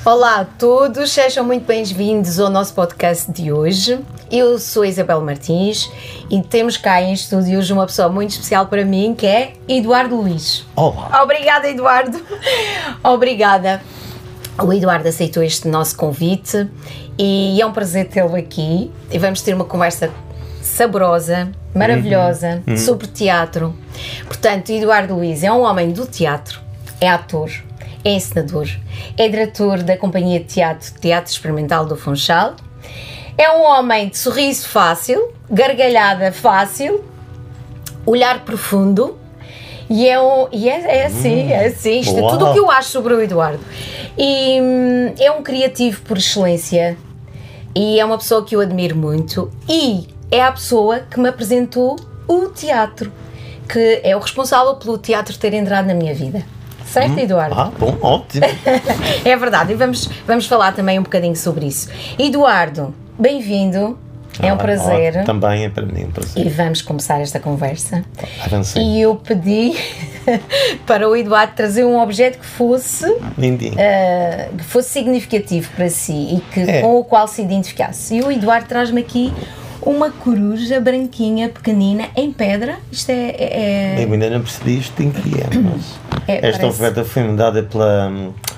Olá a todos, sejam muito bem-vindos ao nosso podcast de hoje. Eu sou a Isabel Martins e temos cá em estúdio hoje uma pessoa muito especial para mim, que é Eduardo Luiz. Olá! Obrigada, Eduardo! Obrigada! O Eduardo aceitou este nosso convite e é um prazer tê-lo aqui e vamos ter uma conversa saborosa, maravilhosa, sobre teatro. Portanto, Eduardo Luiz é um homem do teatro, é ator, é encenador, é diretor da Companhia de Teatro Experimental do Funchal, é um homem de sorriso fácil, gargalhada fácil, olhar profundo e é assim, isto é tudo o que eu acho sobre o Eduardo. E é um criativo por excelência e é uma pessoa que eu admiro muito e é a pessoa que me apresentou o teatro, que é o responsável pelo teatro ter entrado na minha vida. Certo, Eduardo? Bom, ótimo. É verdade, e vamos falar também um bocadinho sobre isso. Eduardo, bem-vindo, é um prazer. Também é para mim um prazer. E vamos começar esta conversa. Avancei. E eu pedi para o Eduardo trazer um objeto que fosse lindinho, que fosse significativo para si e que, com o qual se identificasse. E o Eduardo traz-me aqui uma coruja branquinha, pequenina, em pedra. Isto Eu ainda não percebi isto em que é, mas esta oferta foi-me dada pela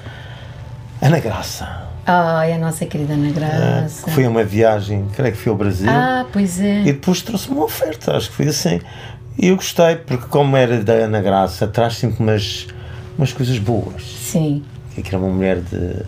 Ana Graça. Ai, a nossa querida Ana Graça. Que foi uma viagem, creio que foi ao Brasil. Pois é. E depois trouxe-me uma oferta, acho que foi assim. E eu gostei, porque como era da Ana Graça, traz sempre umas coisas boas. Sim. Que era uma mulher de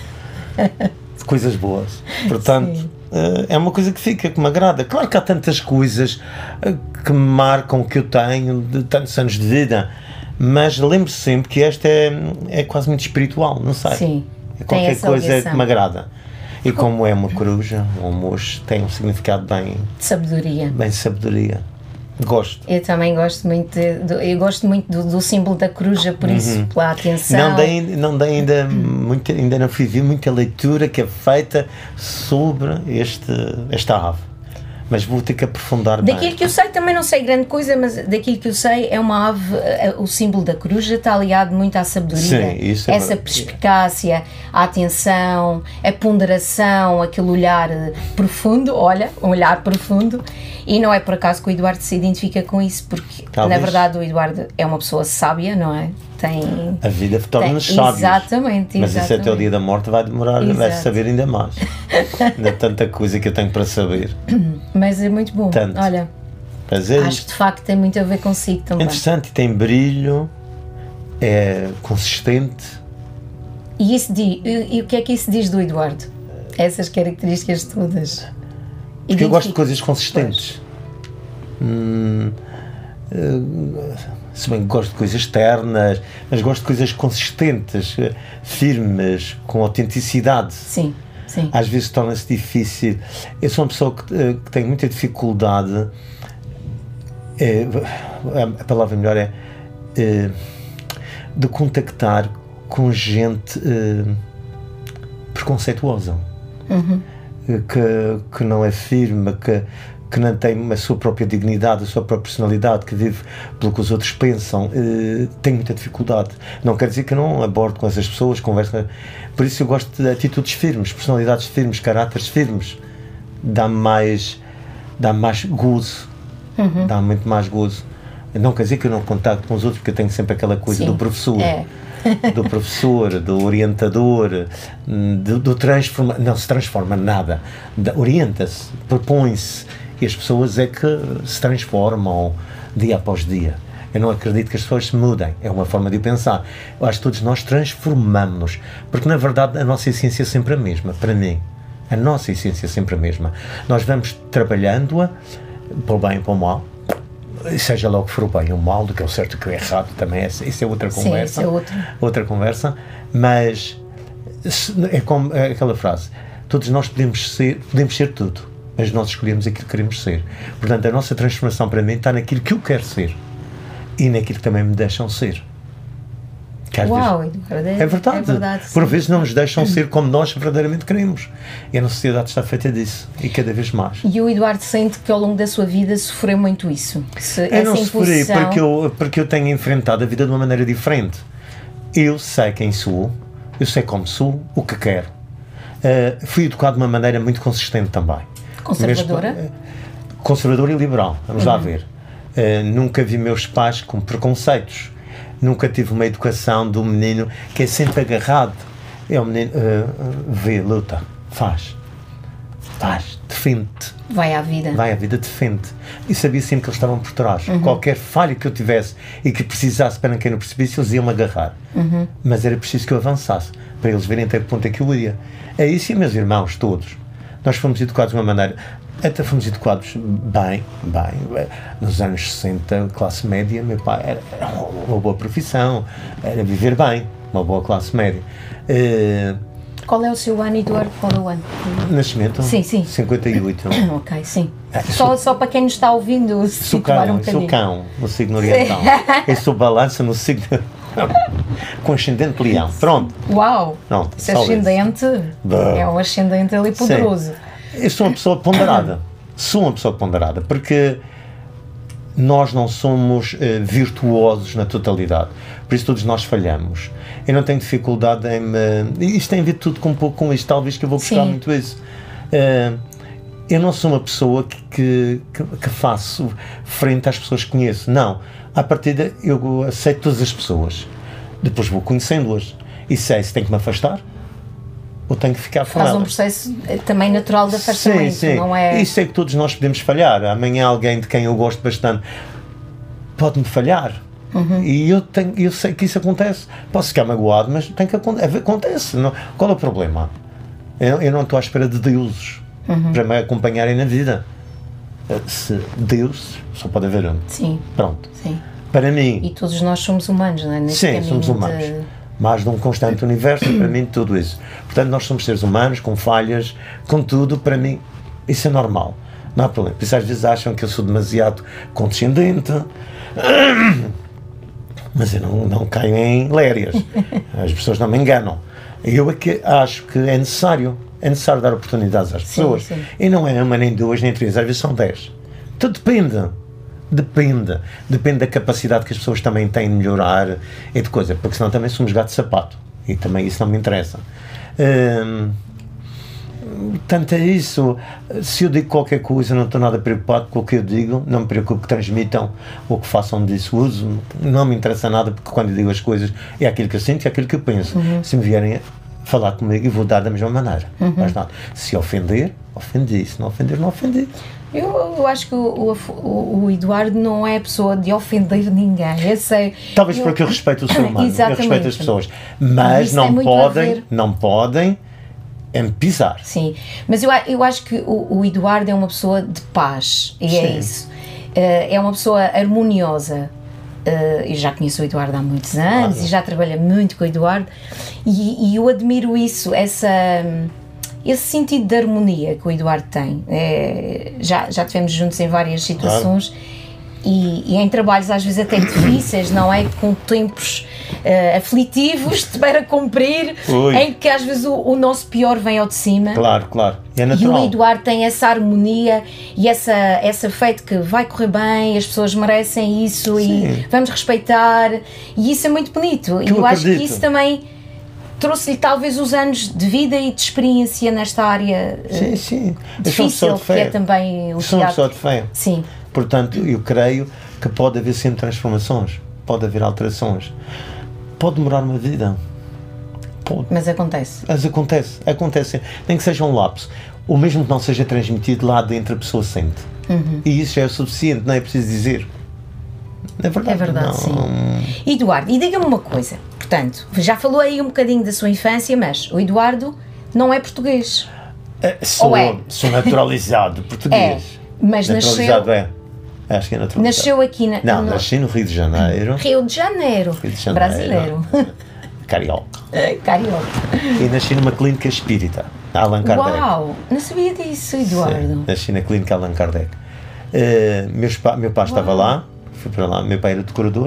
coisas boas. Portanto, sim. É uma coisa que fica, que me agrada. Claro que há tantas coisas que me marcam, que eu tenho de tantos anos de vida, mas lembro sempre que esta é quase muito espiritual, não sei. Sim. É qualquer coisa que me agrada. E como é uma coruja, um mocho, tem um significado bem... de sabedoria. Bem de sabedoria. Gosto. Eu também gosto muito, eu gosto muito do símbolo da coruja, por isso, pela atenção. Não dei ainda ainda não fui ver muita leitura que é feita sobre esta ave. Mas vou ter que aprofundar bem. Daquilo que eu sei, também não sei grande coisa, mas daquilo que eu sei, é uma ave, o símbolo da coruja está ligado muito à sabedoria. Sim, isso é essa perspicácia, a atenção, a ponderação, aquele olhar profundo, um olhar profundo. E não é por acaso que o Eduardo se identifica com isso, porque na verdade o Eduardo é uma pessoa sábia, não é? A vida torna-nos sábios. Exatamente. Mas isso até o dia da morte vai demorar, vai saber ainda mais. Ainda tanta coisa que eu tenho para saber. Mas é muito bom. Tanto. Olha, acho que de facto tem muito a ver consigo também. É interessante, tem brilho, é consistente. E o que é que isso diz do Eduardo? Essas características todas. Porque eu gosto de coisas consistentes. Se bem que gosto de coisas externas, mas gosto de coisas consistentes, firmes, com autenticidade. Sim, sim. Às vezes torna-se difícil. Eu sou uma pessoa que tem muita dificuldade, a palavra melhor é de contactar com gente preconceituosa, que não é firme, que não tem a sua própria dignidade, a sua própria personalidade, que vive pelo que os outros pensam. Tenho muita dificuldade. Não quer dizer que eu não abordo com essas pessoas, converso. Por isso eu gosto de atitudes firmes, personalidades firmes, caráteres firmes. Dá-me mais gozo. Dá muito mais gozo. Não quer dizer que eu não contacto com os outros, porque eu tenho sempre aquela coisa do professor. Do professor, do orientador, do transforma. Não se transforma nada. Orienta-se, propõe-se. E as pessoas é que se transformam dia após dia. Eu não acredito que as pessoas se mudem, é uma forma de pensar. Eu acho que todos nós transformamos-nos, porque na verdade a nossa essência é sempre a mesma, para mim. A nossa essência é sempre a mesma. Nós vamos trabalhando-a, para o bem e para o mal, seja lá o que for o bem ou o mal, do que é o certo e o que é errado, também isso é outra conversa. Sim, outra conversa, mas é como aquela frase, todos nós podemos ser tudo, mas nós escolhemos aquilo que queremos ser. Portanto, a nossa transformação para mim está naquilo que eu quero ser e naquilo que também me deixam ser. Uau, é verdade. Por vezes não nos deixam ser como nós verdadeiramente queremos. E a nossa sociedade está feita disso, e cada vez mais. E o Eduardo sente que ao longo da sua vida sofreu muito isso? Eu não sofri, porque eu tenho enfrentado a vida de uma maneira diferente. Eu sei quem sou, eu sei como sou, o que quero. Fui educado de uma maneira muito consistente também. Conservadora? Conservadora e liberal, vamos lá ver. Nunca vi meus pais com preconceitos. Nunca tive uma educação do menino que é sempre agarrado. É o menino, vê, luta, faz, defende-te. Vai à vida, defende. E sabia sempre que eles estavam por trás. Qualquer falha que eu tivesse e que precisasse para quem no precipício, eles iam-me agarrar. Mas era preciso que eu avançasse, para eles verem até que ponto é que eu ia. É isso, e meus irmãos todos. Nós fomos educados de uma maneira... Até fomos educados bem. Nos anos 60, classe média, meu pai era uma boa profissão, era viver bem, uma boa classe média. Qual é o seu ano, Eduardo? Qual é o ano? Nascimento? Sim. 58. Ok, sim. Só para quem nos está ouvindo, sou cão, no signo oriental. Eu sou balança no signo... com ascendente leão. Pronto. Uau! Pronto, esse ascendente é um ascendente ali poderoso. Sim. Eu sou uma pessoa ponderada. Porque nós não somos virtuosos na totalidade. Por isso todos nós falhamos. Eu não tenho dificuldade em me... Isto tem a ver tudo com um pouco com isto. Talvez que eu vou buscar muito isso. Eu não sou uma pessoa que faço frente às pessoas que conheço. Não. À partida eu aceito todas as pessoas. Depois vou conhecendo-as. E sei se tenho que me afastar ou tenho que ficar com elas. Faz um processo também natural de afastamento. Sim. Não é... E sei que todos nós podemos falhar. Amanhã alguém de quem eu gosto bastante pode-me falhar. E eu sei que isso acontece. Posso ficar magoado, mas tem que acontece. Não, qual é o problema? Eu não estou à espera de deuses para me acompanharem na vida. Se Deus só pode haver um. Sim. Pronto. Sim. Para mim... E todos nós somos humanos, não é? Sim, somos humanos. Mais de um constante universo, para mim, tudo isso. Portanto, nós somos seres humanos, com falhas, com tudo, para mim, isso é normal. Não há problema. Por isso, às vezes acham que eu sou demasiado condescendente, mas eu não caio em lérias. As pessoas não me enganam. Eu é que acho que é necessário dar oportunidades às pessoas. Sim. E não é uma, nem duas, nem três, às vezes são 10. Tudo depende da capacidade que as pessoas também têm de melhorar e de coisa, porque senão também somos gato de sapato e também isso não me interessa. Tanto é isso. Se eu digo qualquer coisa, não estou nada preocupado com o que eu digo, não me preocupo que transmitam ou que façam disso uso, não me interessa nada, porque quando eu digo as coisas é aquilo que eu sinto e é aquilo que eu penso. Se me vierem a falar comigo, eu vou dar da mesma maneira. Mas nada. Se ofender, ofendi. Se não ofender, não ofendi. Eu acho que o Eduardo não é a pessoa de ofender ninguém. Eu sei. Talvez porque eu respeito o ser humano, eu respeito as pessoas, mas não podem pisar. Sim, mas eu acho que o Eduardo é uma pessoa de paz, e é isso. É uma pessoa harmoniosa. Eu já conheço o Eduardo há muitos anos e já trabalho muito com o Eduardo, e eu admiro isso, esse sentido de harmonia que o Eduardo tem. Já estivemos juntos em várias situações, e em trabalhos às vezes até difíceis, não é? Com tempos aflitivos para cumprir, em que às vezes o nosso pior vem ao de cima. Claro. É natural. E o Eduardo tem essa harmonia e essa fé de que vai correr bem, as pessoas merecem isso. Sim. E vamos respeitar, e isso é muito bonito. E eu acho que isso também trouxe-lhe talvez os anos de vida e de experiência nesta área difícil, que é também o teatro. Sou uma pessoa de fé. Sim. Portanto, eu creio que pode haver sempre transformações, pode haver alterações, pode demorar uma vida. Pode. Mas acontece. Acontece. Nem que seja um lapso. Ou mesmo que não seja transmitido lá dentro, a pessoa sente. E isso já é o suficiente, não é preciso dizer. É verdade, sim. Eduardo, e diga-me uma coisa. Portanto, já falou aí um bocadinho da sua infância, mas o Eduardo não é português. Sou naturalizado português. Mas naturalizado acho que é naturalizado. Nasceu aqui nasci no Rio de Janeiro. Rio de Janeiro. Brasileiro. Carioca. Carioca. E nasci numa clínica espírita, Allan Kardec. Uau, não sabia disso, Eduardo. Sim, nasci na clínica Allan Kardec. Meu pai estava lá, fui para lá, meu pai era decorador,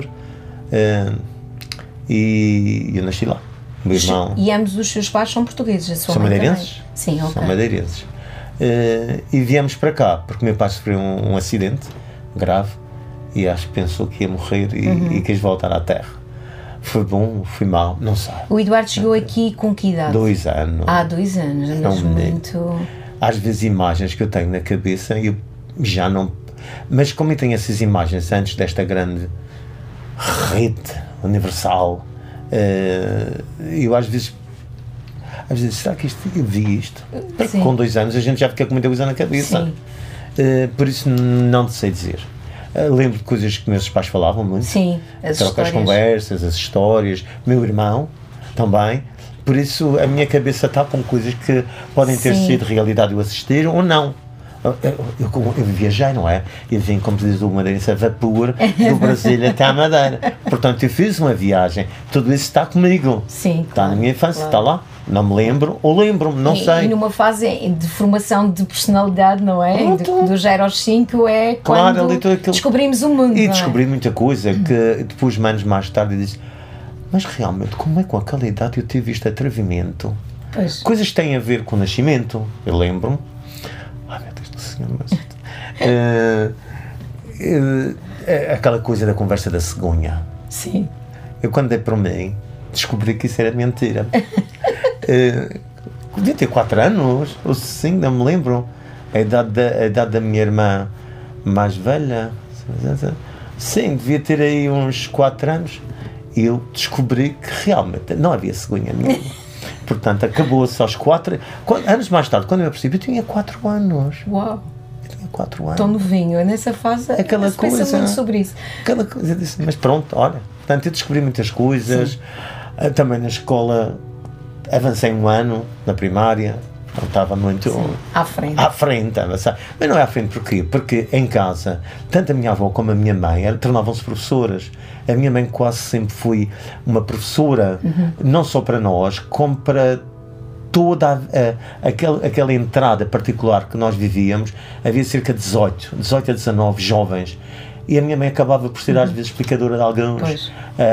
e eu nasci lá. Meu irmão. E ambos os seus pais são portugueses, a sua mãe madeirenses? Também. Sim, ok. São madeirenses. E viemos para cá, porque meu pai sofreu um acidente grave e acho que pensou que ia morrer e quis voltar à terra. Foi bom, foi mau, não sei. O Eduardo chegou aqui com que idade? 2 anos. Há 2 anos, mas muito... Às vezes imagens que eu tenho na cabeça, eu já não... Mas como eu tenho essas imagens antes desta grande rede universal, eu às vezes, será que eu vi isto? Porque com 2 anos a gente já fica com muita coisa na cabeça. Por isso não sei dizer. Lembro de coisas que meus pais falavam muito. Sim, as histórias. As conversas, as histórias. Meu irmão também. Por isso a minha cabeça está com coisas que podem ter sido realidade eu assistir ou não. Eu viajei, não é? Eu vim, como diz o madeirense, a vapor do Brasil até à Madeira. Portanto, eu fiz uma viagem. Tudo isso está comigo. Sim, está na minha infância, está lá. Não me lembro, ou lembro-me, não sei. E numa fase de formação de personalidade, não é? Do 0 aos 5 é quando descobrimos o mundo. E descobri muita coisa que depois, anos mais tarde, disse: mas realmente, como é que com aquela idade eu tive este atrevimento? Pois. Coisas que têm a ver com o nascimento. Eu lembro-me. Ai meu Deus do Senhor, mas. Aquela coisa da conversa da cegonha. Sim. Eu, quando dei para mim, descobri que isso era mentira. Devia ter 4 anos, ou 5, não me lembro. A idade da minha irmã mais velha. Sim, devia ter aí uns 4 anos. E eu descobri que realmente não havia cegonha nenhuma. Portanto, acabou-se aos 4 anos mais tarde, quando eu percebi, eu tinha 4 anos. Uau! Eu tinha 4 anos. Tão novinho, nessa fase, aquela coisa, pensa muito sobre isso. Aquela coisa, eu disse, mas pronto, olha. Portanto, eu descobri muitas coisas. Também na escola, avancei 1 ano, na primária. Não estava muito à frente, mas não é à frente porquê? Porque em casa, tanto a minha avó como a minha mãe tornavam-se professoras. A minha mãe quase sempre foi uma professora, não só para nós, como para toda aquela entrada particular que nós vivíamos. Havia cerca de 18 a 19 jovens. E a minha mãe acabava por ser às vezes explicadora de alguns.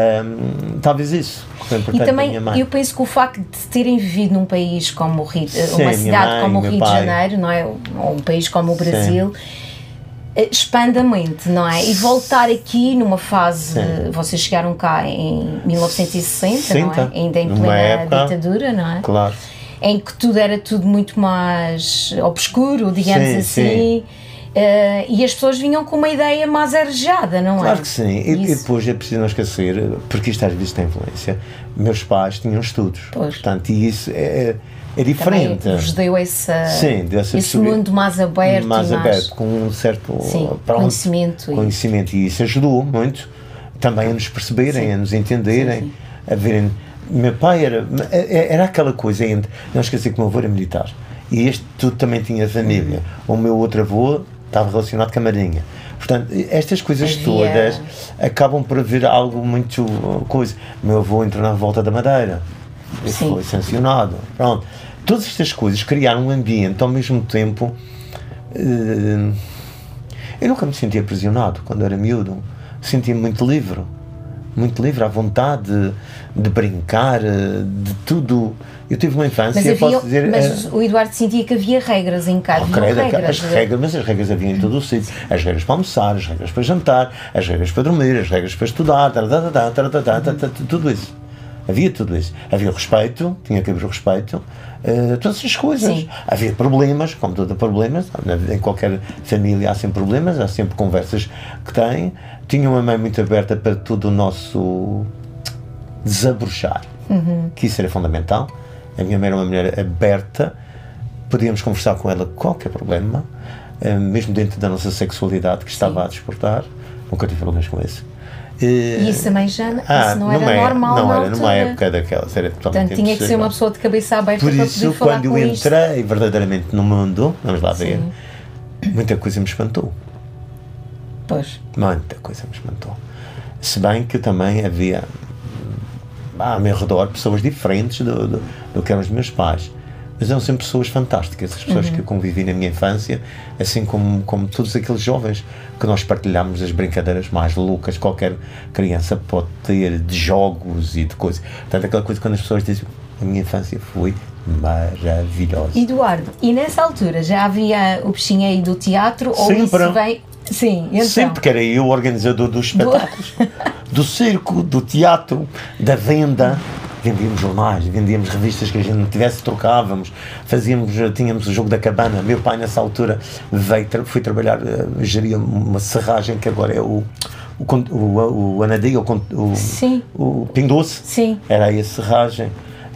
Talvez isso. E também eu penso que o facto de terem vivido num país como o Rio, uma cidade como o Rio de Janeiro, não é? Ou um país como o Brasil, expande a mente, não é? E voltar aqui numa fase, vocês chegaram cá em 1960, não é? Ainda em plena ditadura, não é? Claro. Em que tudo era muito mais obscuro, digamos assim. E as pessoas vinham com uma ideia mais arejada, não é? Claro que sim. E depois é preciso não esquecer, porque isto às vezes tem influência, meus pais tinham estudos, portanto, e isso é diferente. Também vos deu esse mundo mais aberto. Com um certo conhecimento. E isso ajudou muito também a nos perceberem, a nos entenderem, a verem. Meu pai era aquela coisa, não esquecer que o meu avô era militar. E este tudo também tinha família. O meu outro avô estava relacionado com a Marinha. Portanto, estas coisas todas acabam por haver algo muito coisa. O meu avô entrou na Revolta da Madeira. Isso foi sancionado. Pronto. Todas estas coisas criaram um ambiente, ao mesmo tempo... eu nunca me sentia aprisionado quando era miúdo. Sentia-me muito livre. Muito livre, à vontade de brincar, de tudo. Eu tive uma infância, mas o Eduardo sentia que havia regras em casa. Mas as regras havia em todo o sítio. As regras para almoçar, as regras para jantar, as regras para dormir, as regras para estudar, tudo isso. Havia tudo isso. Havia respeito, tinha que haver o respeito, todas essas coisas. Havia problemas, como todos os problemas, em qualquer família há sempre problemas, há sempre conversas que têm. Tinha uma mãe muito aberta para todo o nosso desabrochar, que isso era fundamental. A minha mãe era uma mulher aberta, podíamos conversar com ela qualquer problema, mesmo dentro da nossa sexualidade que estava a desportar. Nunca tive problemas com isso. E isso também já isso não era normal. Não era numa época daquelas, era totalmente Portanto, tinha que ser uma pessoa de cabeça aberta para poder falar com isto. Por isso, quando eu entrei verdadeiramente no mundo, vamos lá ver, muita coisa me espantou. Pois. Muita coisa me espantou. Se bem que também havia ao meu redor pessoas diferentes do que eram os meus pais. Mas eram sempre pessoas fantásticas, as pessoas que eu convivi na minha infância, assim como todos aqueles jovens que nós partilhámos as brincadeiras mais loucas que qualquer criança pode ter, de jogos e de coisas. Portanto, aquela coisa quando as pessoas dizem a minha infância foi maravilhosa. Eduardo, e nessa altura já havia o bichinho aí do teatro? Sempre. Ou isso vem Sim, então. Sempre que era eu o organizador dos espetáculos, do circo, do teatro, da venda. Vendíamos jornais, vendíamos revistas que a gente não tivesse, trocávamos, tínhamos o jogo da cabana. Meu pai nessa altura fui trabalhar, geria uma serragem que agora é o Anadia, o Pingo Doce. Sim. Era aí a serragem.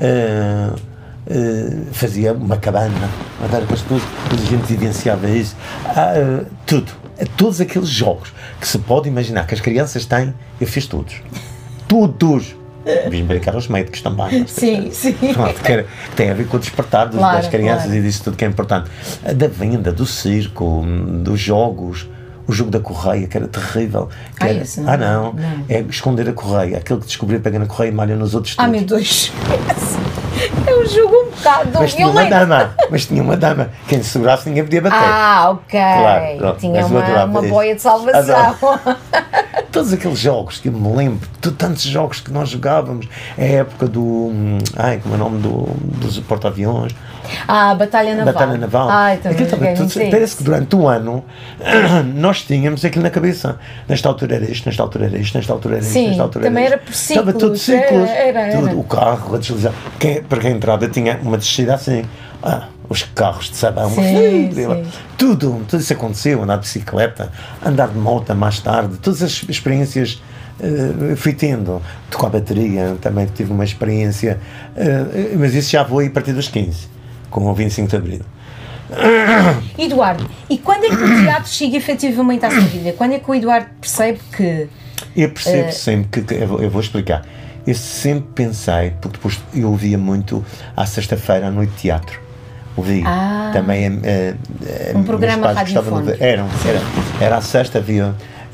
Fazia uma cabana, depois a gente vivenciava isso. Tudo. Todos aqueles jogos que se pode imaginar que as crianças têm, eu fiz todos. Todos. Vim brincar aos médicos também. Sim, sim. Pronto, que tem a ver com o despertar das crianças e disso tudo que é importante. Da venda, do circo, dos jogos, o jogo da correia, que era terrível. Não. É esconder a correia. Aquele que descobriu, pega na correia e malha nos outros todos. Meu Deus. É um jogo um bocado mas tinha uma dama. Quem se segurasse ninguém podia bater. Ok. Claro, tinha uma boia de salvação. Todos aqueles jogos que eu me lembro, de tantos jogos que nós jogávamos, a época do. Como é o nome dos porta-aviões? Batalha Naval. Parece que durante o ano nós tínhamos aquilo na cabeça. Nesta altura era isto, nesta altura era isto, nesta altura era isto, nesta altura também era por ciclos. Estava tudo ciclos. Era. Tudo, o carro, a deslização. Para quem entrava tinha uma descida assim. Os carros de sabão, tudo isso aconteceu, andar de bicicleta, andar de moto mais tarde, todas as experiências fui tendo. Tocar a bateria, também tive uma experiência, mas isso já foi a partir dos 15, com o 25 de Abril. Eduardo, e quando é que o teatro chega efetivamente à sua vida? Quando é que o Eduardo percebe que... Eu percebo sempre que eu vou explicar. Eu sempre pensei, porque depois eu ouvia muito à sexta-feira à noite de teatro. Ouvi também um programa radiofónico. Era à sexta, havia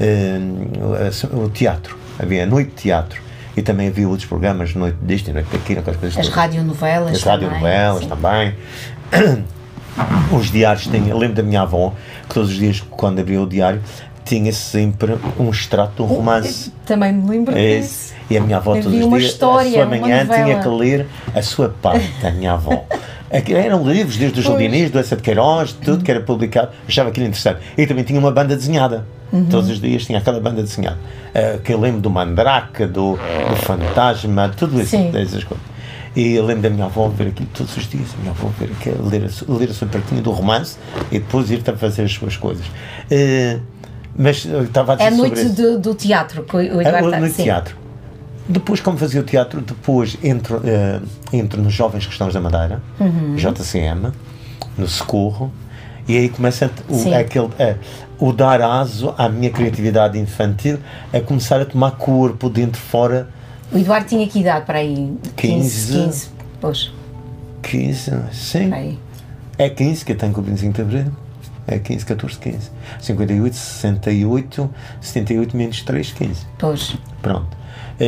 o teatro, havia a noite de teatro e também havia outros programas, noite disto e noite daquilo, aquelas coisas todas. As radionovelas também. Os diários eu lembro da minha avó que todos os dias quando abria o diário tinha sempre um extrato de um romance. Também me lembro disso. E a minha avó todos os dias, a sua manhã tinha que ler a sua parte da minha avó. Eram livros, desde o Gil Diniz, do Essa de Queiroz, tudo que era publicado, achava aquilo interessante. E também tinha uma banda desenhada, todos os dias tinha aquela banda desenhada, que eu lembro do Mandrake, do Fantasma, tudo isso, essas coisas. E eu lembro da minha avó ver aquilo todos os dias, a minha avó ver aquilo, ler a sua partinha do romance e depois ir a fazer as suas coisas. Mas eu estava a dizer sobre a noite do teatro que o Eduardo está a dizer. Teatro. Depois, como fazia o teatro, depois entro nos Jovens Cristãos da Madeira, JCM, no Socorro, e aí começa o dar aso à minha criatividade infantil, a começar a tomar corpo dentro fora. O Eduardo tinha que idade para aí? 15. Pois. 15, sim. Aí. É 15 que eu tenho com o 25 de Abril. É 15, 14, 15. 58, 68, 78 menos 3, 15. Pois. Pronto.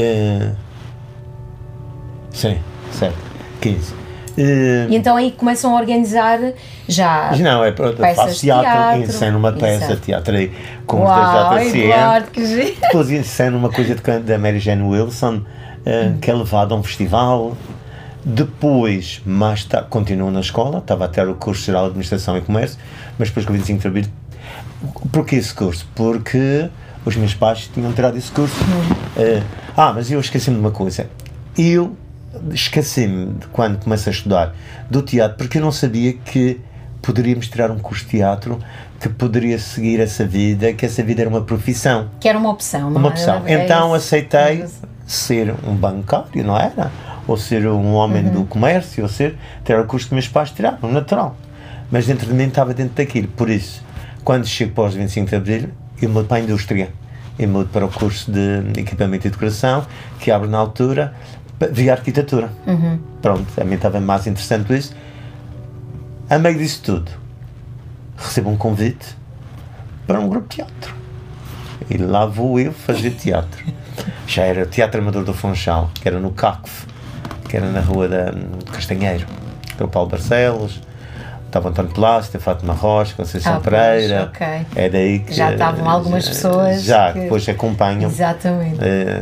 Sim, certo, 15. E então aí começam a organizar já. Não, faço teatro, ensino uma peça de teatro aí com os da JCM. Depois ensino uma coisa da Mary Jane Wilson, que é levada a um festival. Depois, mais tarde, continuo na escola, estava a ter o curso Geral de Administração e Comércio, mas depois que eu 25 de Abril. Porquê esse curso? Porque os meus pais tinham tirado esse curso. Mas eu esqueci-me de uma coisa. Eu esqueci-me, quando comecei a estudar, do teatro, porque eu não sabia que poderíamos tirar um curso de teatro, que poderia seguir essa vida, que essa vida era uma profissão. Que era uma opção, não uma opção. Então aceitei ser um bancário, não era? Ou ser um homem do comércio, ou tirar o curso que meus pais tiraram, natural. Mas dentro de mim estava dentro daquilo. Por isso, quando chego para os 25 de Abril, eu mudo para a indústria. Eu mudo para o curso de equipamento e decoração, que abre na altura, via arquitetura. Pronto, a mim estava mais interessante isso. A meio disso tudo, recebo um convite para um grupo de teatro. E lá vou eu fazer teatro. Já era o Teatro Amador do Funchal, que era no CACF, que era na rua do Castanheiro. Era o Paulo Barcelos, estava António Plácido, Fátima Rocha, Conceição Pereira. É daí que já estavam algumas pessoas que depois acompanham. Exatamente.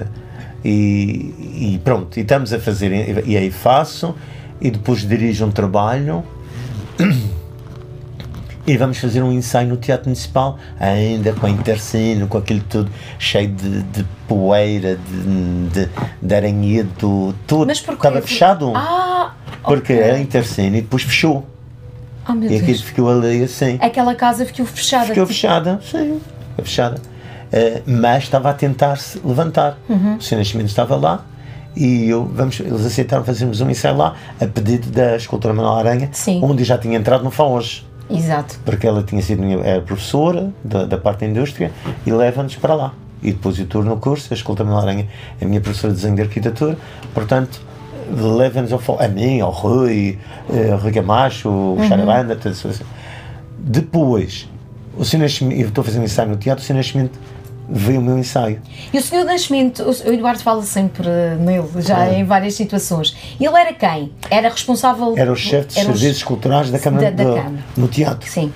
E pronto, e estamos a fazer, e aí faço, e depois dirijo um trabalho E vamos fazer um ensaio no Teatro Municipal, ainda com a Intercine, com aquilo tudo cheio de poeira, de aranhedo, tudo. Mas porquê? Estava fechado. Porque ok. era a Intercine e depois fechou. Meu E aquilo Deus. ficou ali assim. Aquela casa ficou fechada. Ficou fechada, sim, ficou fechada. Mas estava a tentar-se levantar. O Sr. Nascimento estava lá e eles aceitaram fazermos um ensaio lá, a pedido da escultora Manuela Aranha, Sim. onde eu já tinha entrado no FAOJ. Exato. Porque ela era professora da parte da indústria e leva-nos para lá. E depois eu turno no curso, a escultora Manuela Aranha é a minha professora de desenho de arquitetura, portanto, leva-nos a mim, ao Rui, Rui Camacho, o Charabanda, tudo isso assim. Depois, o Sr. Nascimento, eu estou a fazer um ensaio no teatro, o Sr. Nascimento veio o meu ensaio. E o Sr. Nascimento, o Eduardo fala sempre nele, já em várias situações. Ele era quem? Era responsável... Era o chefe dos serviços culturais da Câmara, da Câmara. no teatro. Sim.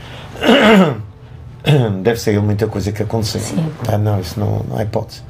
Deve ser muita coisa que aconteceu. Sim. Não, isso não há hipótese.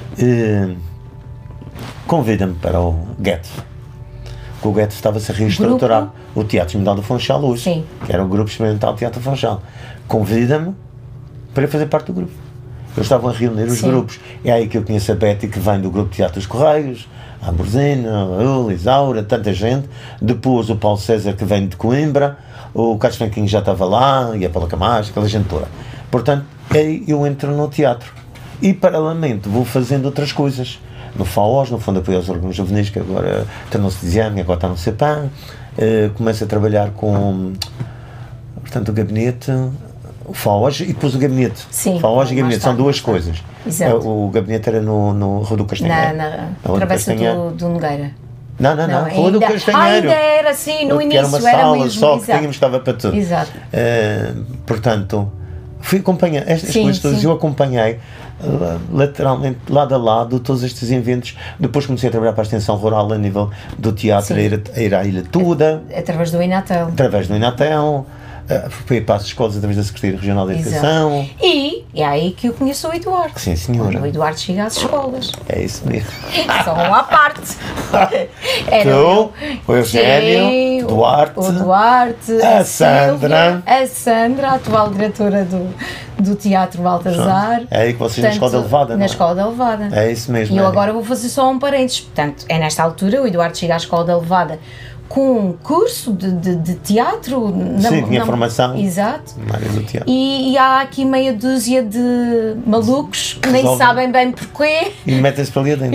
Convida-me para o Guedes. O Guedes estava-se a reestruturar o Teatro Experimental do Funchal hoje, Sim. que era o Grupo Experimental Teatro Funchal. Convida-me para fazer parte do grupo. Eles estavam a reunir os Sim. grupos. É aí que eu conheço a Betty, que vem do Grupo Teatro dos Correios, a Ambrosina, a Uli, Isaura, tanta gente. Depois o Paulo César, que vem de Coimbra, o Carlos Franquinho já estava lá, e a Paula Camacho, aquela gente toda. Portanto, aí eu entro no teatro. E, paralelamente, vou fazendo outras coisas. No FAOS, no Fundo de Apoio aos Órgãos Juvenis, que agora está no CISAM, agora está no CEPAM. Começo a trabalhar com, portanto, o gabinete, o FAOS e depois o gabinete. Sim, FAOS e gabinete são duas mais coisas. Exato. O gabinete era no Rua do Castanheiro. Na Rua do travessa Castanheiro. do Nogueira. Não, Rua do Castanheiro. Ainda era assim, no Que início era uma era sala mesmo. só, que Exato. tínhamos, estava para tudo. Exato. Portanto, fui acompanhar estas Sim, coisas todas. sim. Eu acompanhei lateralmente, lado a lado, todos estes eventos. Depois comecei a trabalhar para a extensão rural a nível do teatro, Sim. a ir à Ilha Tuda, Através do Inatel. através do Inatel, fui para as escolas através da Secretaria Regional de Exato. Educação. E é aí que eu conheço o Eduardo. Sim, senhora. O Eduardo chega às escolas. É isso mesmo. São à parte. Era Tu, o Eugénio, Sim, Duarte, o Duarte, a Sílvia, Sandra. a Sandra, a atual diretora do Teatro Baltazar. É aí que vocês na Escola da Levada, não Na é? Escola da Levada. É isso mesmo. E eu é. agora vou fazer só um parênteses. Portanto, é nesta altura, o Eduardo chega à Escola da Levada com um curso de teatro. Sim, tinha formação. Exato. Na área do teatro. E há aqui meia dúzia de malucos que nem Resolvem. sabem bem porquê E metem-se para ali adentro.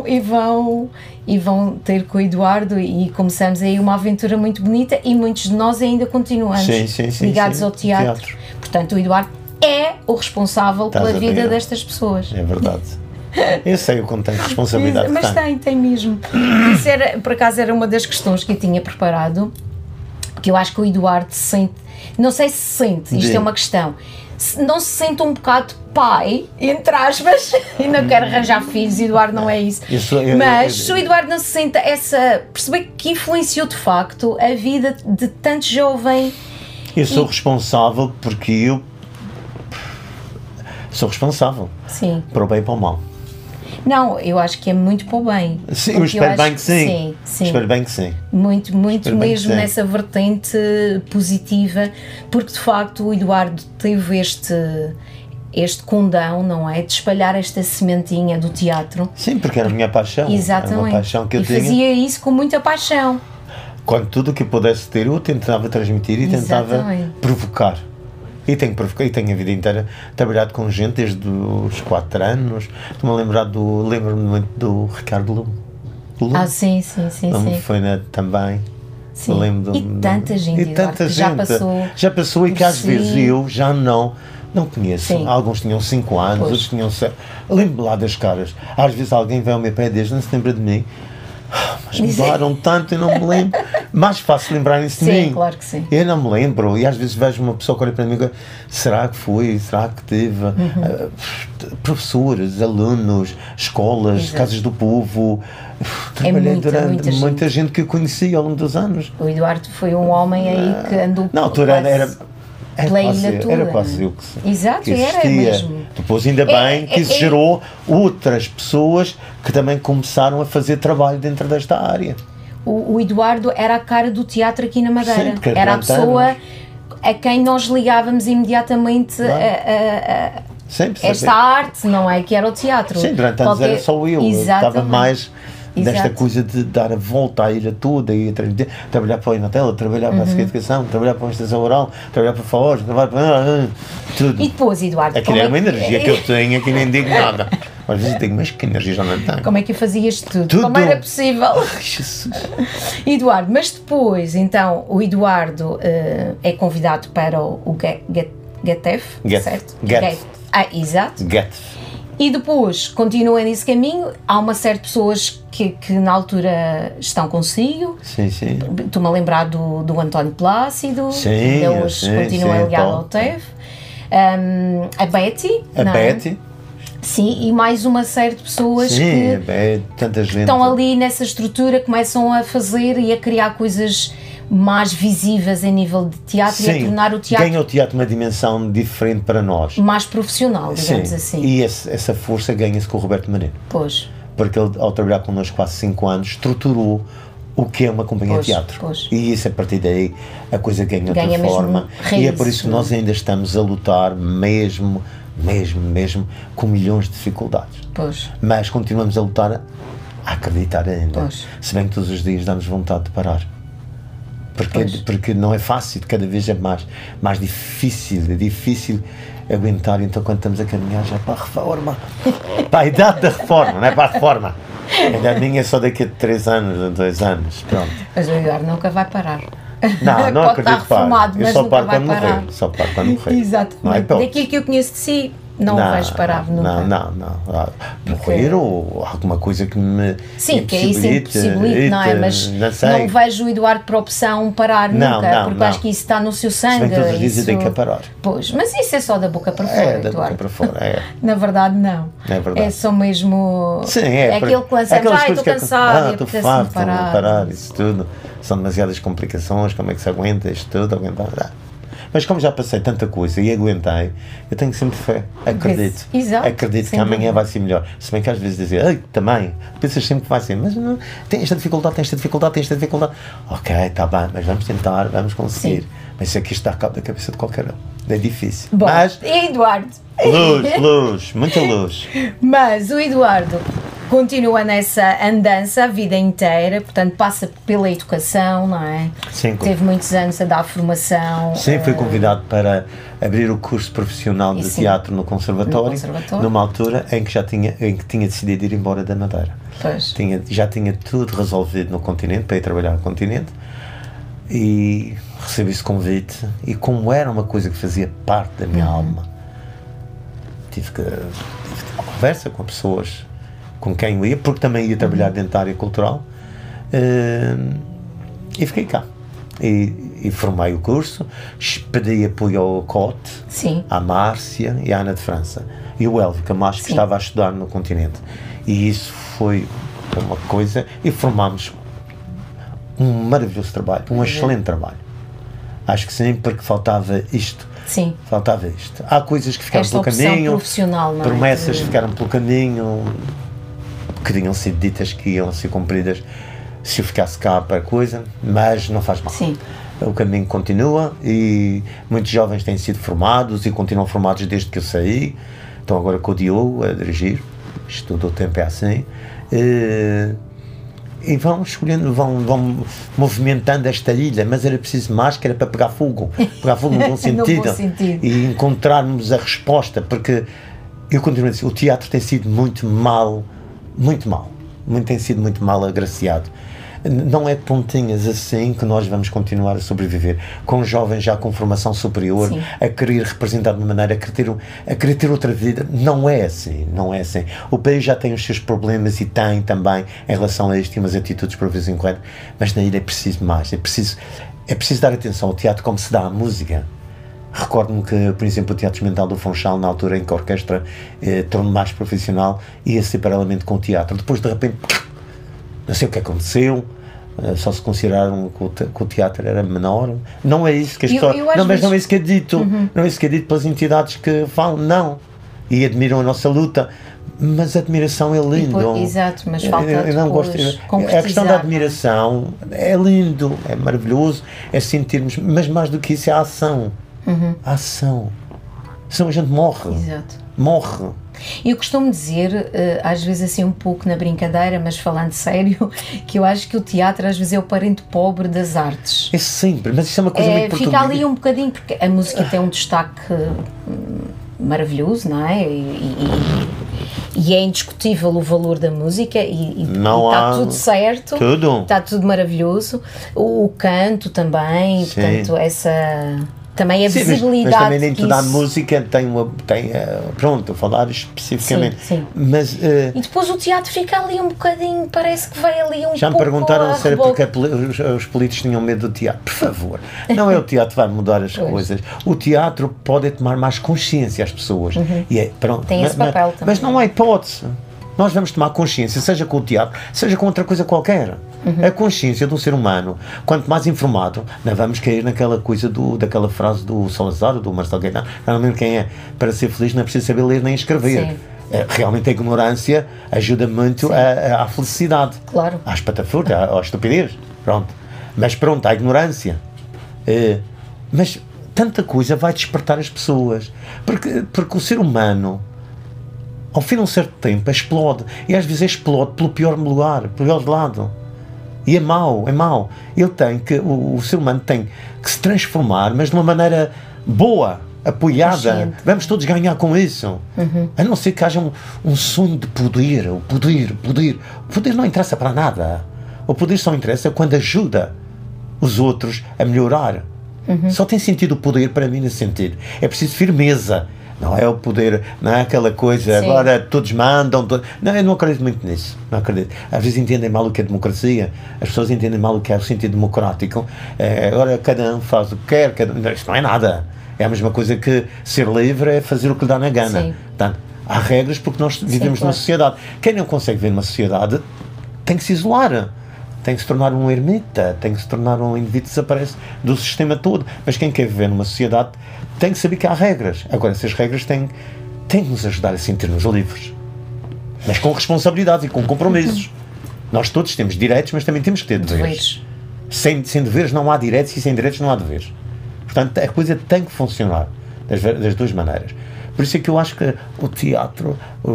e vão ter com o Eduardo e começamos aí uma aventura muito bonita e muitos de nós ainda continuamos Sim, ligados sim, ao teatro. Portanto, o Eduardo é o responsável Estás pela a vida ver. destas pessoas. É verdade. Eu sei o quanto tem responsabilidade Mas que tem. tem mesmo. Isso era, por acaso, era uma das questões que eu tinha preparado, porque eu acho que o Eduardo se sente, não sei se sente, isto é uma questão, não se sente um bocado pai, entre aspas, e não quero arranjar filhos, Eduardo não é isso, mas se o Eduardo não se sente perceber que influenciou de facto a vida de tanto jovem. Eu sou responsável porque eu sou responsável Sim. para o bem e para o mal. Não, eu acho que é muito para o bem. Sim, Porque eu espero acho bem que sim. Sim. Espero bem que sim. Muito Espero bem que mesmo sim. nessa vertente positiva, porque de facto o Eduardo teve este condão, não é? De espalhar esta sementinha do teatro. Sim, porque era a minha paixão. Exatamente. Era uma paixão que eu e tinha. fazia isso com muita paixão. Quando tudo o que eu pudesse ter, eu tentava transmitir e tentava Exatamente. provocar. E tenho provocado, e tenho a vida inteira trabalhado com gente desde os 4 anos. Estou-me a lembrar lembro-me muito do Ricardo Lume. Ah, sim. Foi também. Sim. Lembro E tanta gente, Eduardo, que já passou. Já passou e que às Sim. vezes eu já não conheço. Sim. Alguns tinham 5 anos, Pois. outros tinham 7. Lembro-me lá das caras. Às vezes alguém vem ao meu pé desde não se lembra de mim. Mas mudaram tanto, eu não me lembro. Mais fácil lembrarem-se de mim. Sim, claro que sim. Eu não me lembro. E às vezes vejo uma pessoa que olha para mim e digo, será que foi? Será que teve? Professores, alunos, escolas, Exato. casas do povo. Trabalhei durante muita gente que eu conheci ao longo dos anos. O Eduardo foi um homem aí que andou Na altura quase pela ilha toda. era quase eu que Exato, que era existia. mesmo. Depois ainda bem que isso gerou outras pessoas que também começaram a fazer trabalho dentro desta área. O Eduardo era a cara do teatro aqui na Madeira. Sim, porque Era a durante pessoa. anos. a quem nós ligávamos imediatamente Sempre, esta arte, não é? Que era o teatro. Sim, durante anos era só eu estava mais desta coisa de dar a volta à ilha toda, e trabalhar para o Inatel, trabalhar para a Educação, trabalhar para a Extensão Oral, trabalhar para a FAOS, trabalhar para tudo. E depois, Eduardo, aquilo é uma energia que eu tenho, que nem digo nada. Às vezes eu digo, mas que energia já não tenho. Como é que eu fazia isto tudo? Como era possível? Ai, Jesus. Eduardo, mas depois, então, o Eduardo é convidado para o GETF, certo? Exato. GETF. E depois continua nesse caminho. Há uma série de pessoas que na altura estão consigo. Sim, sim. Estou-me a lembrar do António Plácido, sim, que hoje continua ligado ao TEF. A Betty. Betty. Sim, e mais uma série de pessoas que tanta gente. Estão ali nessa estrutura, começam a fazer e a criar coisas mais visíveis em nível de teatro. Sim, e a tornar o teatro... ganha o teatro uma dimensão diferente para nós. Mais profissional, digamos assim. E essa força ganha-se com o Roberto Maneiro. Pois. Porque ele, ao trabalhar connosco quase 5 anos, estruturou o que é uma companhia de teatro. Pois. E isso, a partir daí, a coisa ganha outra forma. Raiz, e é por isso que nós ainda estamos a lutar, mesmo com milhões de dificuldades. Pois. Mas continuamos a lutar, a acreditar ainda. Pois. Se bem que todos os dias dá-nos vontade de parar. Porque não é fácil, cada vez é mais difícil, aguentar. Então, quando estamos a caminhar já para a reforma, para a idade da reforma, não é para a reforma. A minha é só daqui a 3 anos, 2 anos, pronto. Mas o Eduardo nunca vai parar. Não acredito que pare. Eu só paro quando parar. morrer. Só paro quando morrer. Exatamente. Daquilo que eu conheço de si, não vais parar nunca. Não. Morrer ou alguma coisa que me impossibilite, não é? Mas não vejo o Eduardo por opção parar nunca, porque acho que isso está no seu sangue. Todos os dias eu tenho que parar. Pois, mas isso é só da boca para fora, Eduardo. Da boca para fora, Na verdade, não. É verdade. É só mesmo... Sim, aquilo que lançamos, estou cansado, estou farto, parar, isso tudo. São demasiadas complicações, como é que se aguenta isto tudo, aguentar. Mas como já passei tanta coisa e aguentei, eu tenho sempre fé, acredito. Exato. Acredito que amanhã vai ser melhor. Se bem que às vezes dizem, ei, também, pensas sempre que vai ser, mas não, tem esta dificuldade. Ok, está bem, mas vamos tentar, vamos conseguir. Sim. Mas isso aqui está a cabo da cabeça de qualquer um. É difícil. Bom, mas, Eduardo. Luz, muita luz. Mas o Eduardo continua nessa andança a vida inteira, portanto passa pela educação, não é? Sim. Teve muitos anos a dar formação. Sim, fui convidado para abrir o curso profissional de teatro no conservatório, numa altura em que tinha decidido ir embora da Madeira. Pois. Já tinha tudo resolvido no continente, para ir trabalhar no continente, e recebi esse convite, e como era uma coisa que fazia parte da minha alma, tive que ter uma conversa com pessoas com quem eu ia, porque também ia trabalhar dentro da área cultural, e fiquei cá. E formei o curso, pedi apoio ao Cote, à Márcia e à Ana de França, e o Elvio Camacho, que estava a estudar no continente. E isso foi uma coisa, e formámos um maravilhoso trabalho, um excelente trabalho. Acho que sim, porque faltava isto. Sim. Faltava isto. Há coisas que ficaram pelo caminho, profissional, não é? Promessas que ficaram pelo caminho, que tinham sido ditas que iam ser cumpridas se eu ficasse cá para a coisa, mas não faz mal. Sim. O caminho continua e muitos jovens têm sido formados e continuam formados desde que eu saí. Estão agora com o Diogo a dirigir, isto todo o tempo é assim. E vão escolhendo, vão movimentando esta ilha, mas era preciso máscara para pegar fogo no bom sentido, e encontrarmos a resposta, porque eu continuo a dizer, o teatro tem sido tem sido muito mal agraciado. Não é pontinhas assim que nós vamos continuar a sobreviver, com jovens já com formação superior, a querer representar de uma maneira, a querer ter outra vida. Não é assim. O país já tem os seus problemas e tem também em relação a isto e umas atitudes por vez em quando, mas na ilha é preciso mais, é preciso dar atenção ao teatro como se dá à música. Recordo-me que, por exemplo, o Teatro Experimental do Funchal, na altura em que a orquestra tornou mais profissional, ia-se paralelamente com o teatro. Depois, de repente, não sei o que aconteceu, só se consideraram que o teatro era menor. Não é isso que a história... Mas não é isso que é dito. Não é isso que é dito pelas entidades que falam, não. E admiram a nossa luta. mas a admiração é lindo. Exato, mas falta eu não gosto. A questão da admiração é lindo, é maravilhoso, é sentirmos, mas mais do que isso é a ação. A ação. Senão a gente morre. Exato. Morre. Eu costumo dizer, às vezes assim um pouco na brincadeira, mas falando sério, que eu acho que o teatro às vezes é o parente pobre das artes. É sempre, mas isso é uma coisa muito portuguesa. Fica ali um bocadinho, porque a música tem um destaque maravilhoso, não é? E é indiscutível o valor da música e está tudo certo, está tudo maravilhoso. O canto também, sim. Portanto, essa... Também a visibilidade. Mas também nem toda a música tem pronto, a falar especificamente. Sim. Mas, e depois o teatro fica ali um bocadinho, parece que vai ali um pouco. Já me perguntaram se era porque os políticos tinham medo do teatro. Por favor, não é o teatro que vai mudar as coisas. O teatro pode tomar mais consciência às pessoas. E pronto. Tem esse papel também. Mas não há hipótese. Nós vamos tomar consciência, seja com o teatro, seja com outra coisa qualquer. A consciência do ser humano, quanto mais informado, não vamos cair naquela coisa daquela frase do Salazar, do Marcelo Caetano, não lembro quem é, para ser feliz não é preciso saber ler nem escrever. Realmente a ignorância ajuda muito à felicidade. Claro. À espatafúria, à estupidez. Pronto. Mas pronto, à ignorância. Mas tanta coisa vai despertar as pessoas. Porque o ser humano, ao fim de um certo tempo, explode. E às vezes explode pelo pior lugar, pelo pior lado. E é mau. Ele tem que, o ser humano tem que se transformar, mas de uma maneira boa, apoiada. Consciente. Vamos todos ganhar com isso. A não ser que haja um sonho de poder. O poder não interessa para nada. O poder só interessa quando ajuda os outros a melhorar. Só tem sentido o poder para mim nesse sentido. É preciso firmeza. Não é o poder, não é aquela coisa, agora todos mandam. Não, eu não acredito muito nisso. Não acredito. Às vezes entendem mal o que é democracia, as pessoas entendem mal o que é o sentido democrático. Agora cada um faz o que quer, isto não é nada. É a mesma coisa que ser livre é fazer o que lhe dá na gana. Portanto, há regras porque nós vivemos numa sociedade. Quem não consegue viver numa sociedade tem que se isolar. Tem que se tornar um ermita, tem que se tornar um indivíduo que desaparece do sistema todo. Mas quem quer viver numa sociedade tem que saber que há regras. Agora, essas regras têm que nos ajudar a sentir-nos livres. Mas com responsabilidades e com compromissos. Nós todos temos direitos, mas também temos que ter deveres. Sem deveres não há direitos e sem direitos não há deveres. Portanto, a coisa tem que funcionar das duas maneiras. Por isso é que eu acho que o teatro,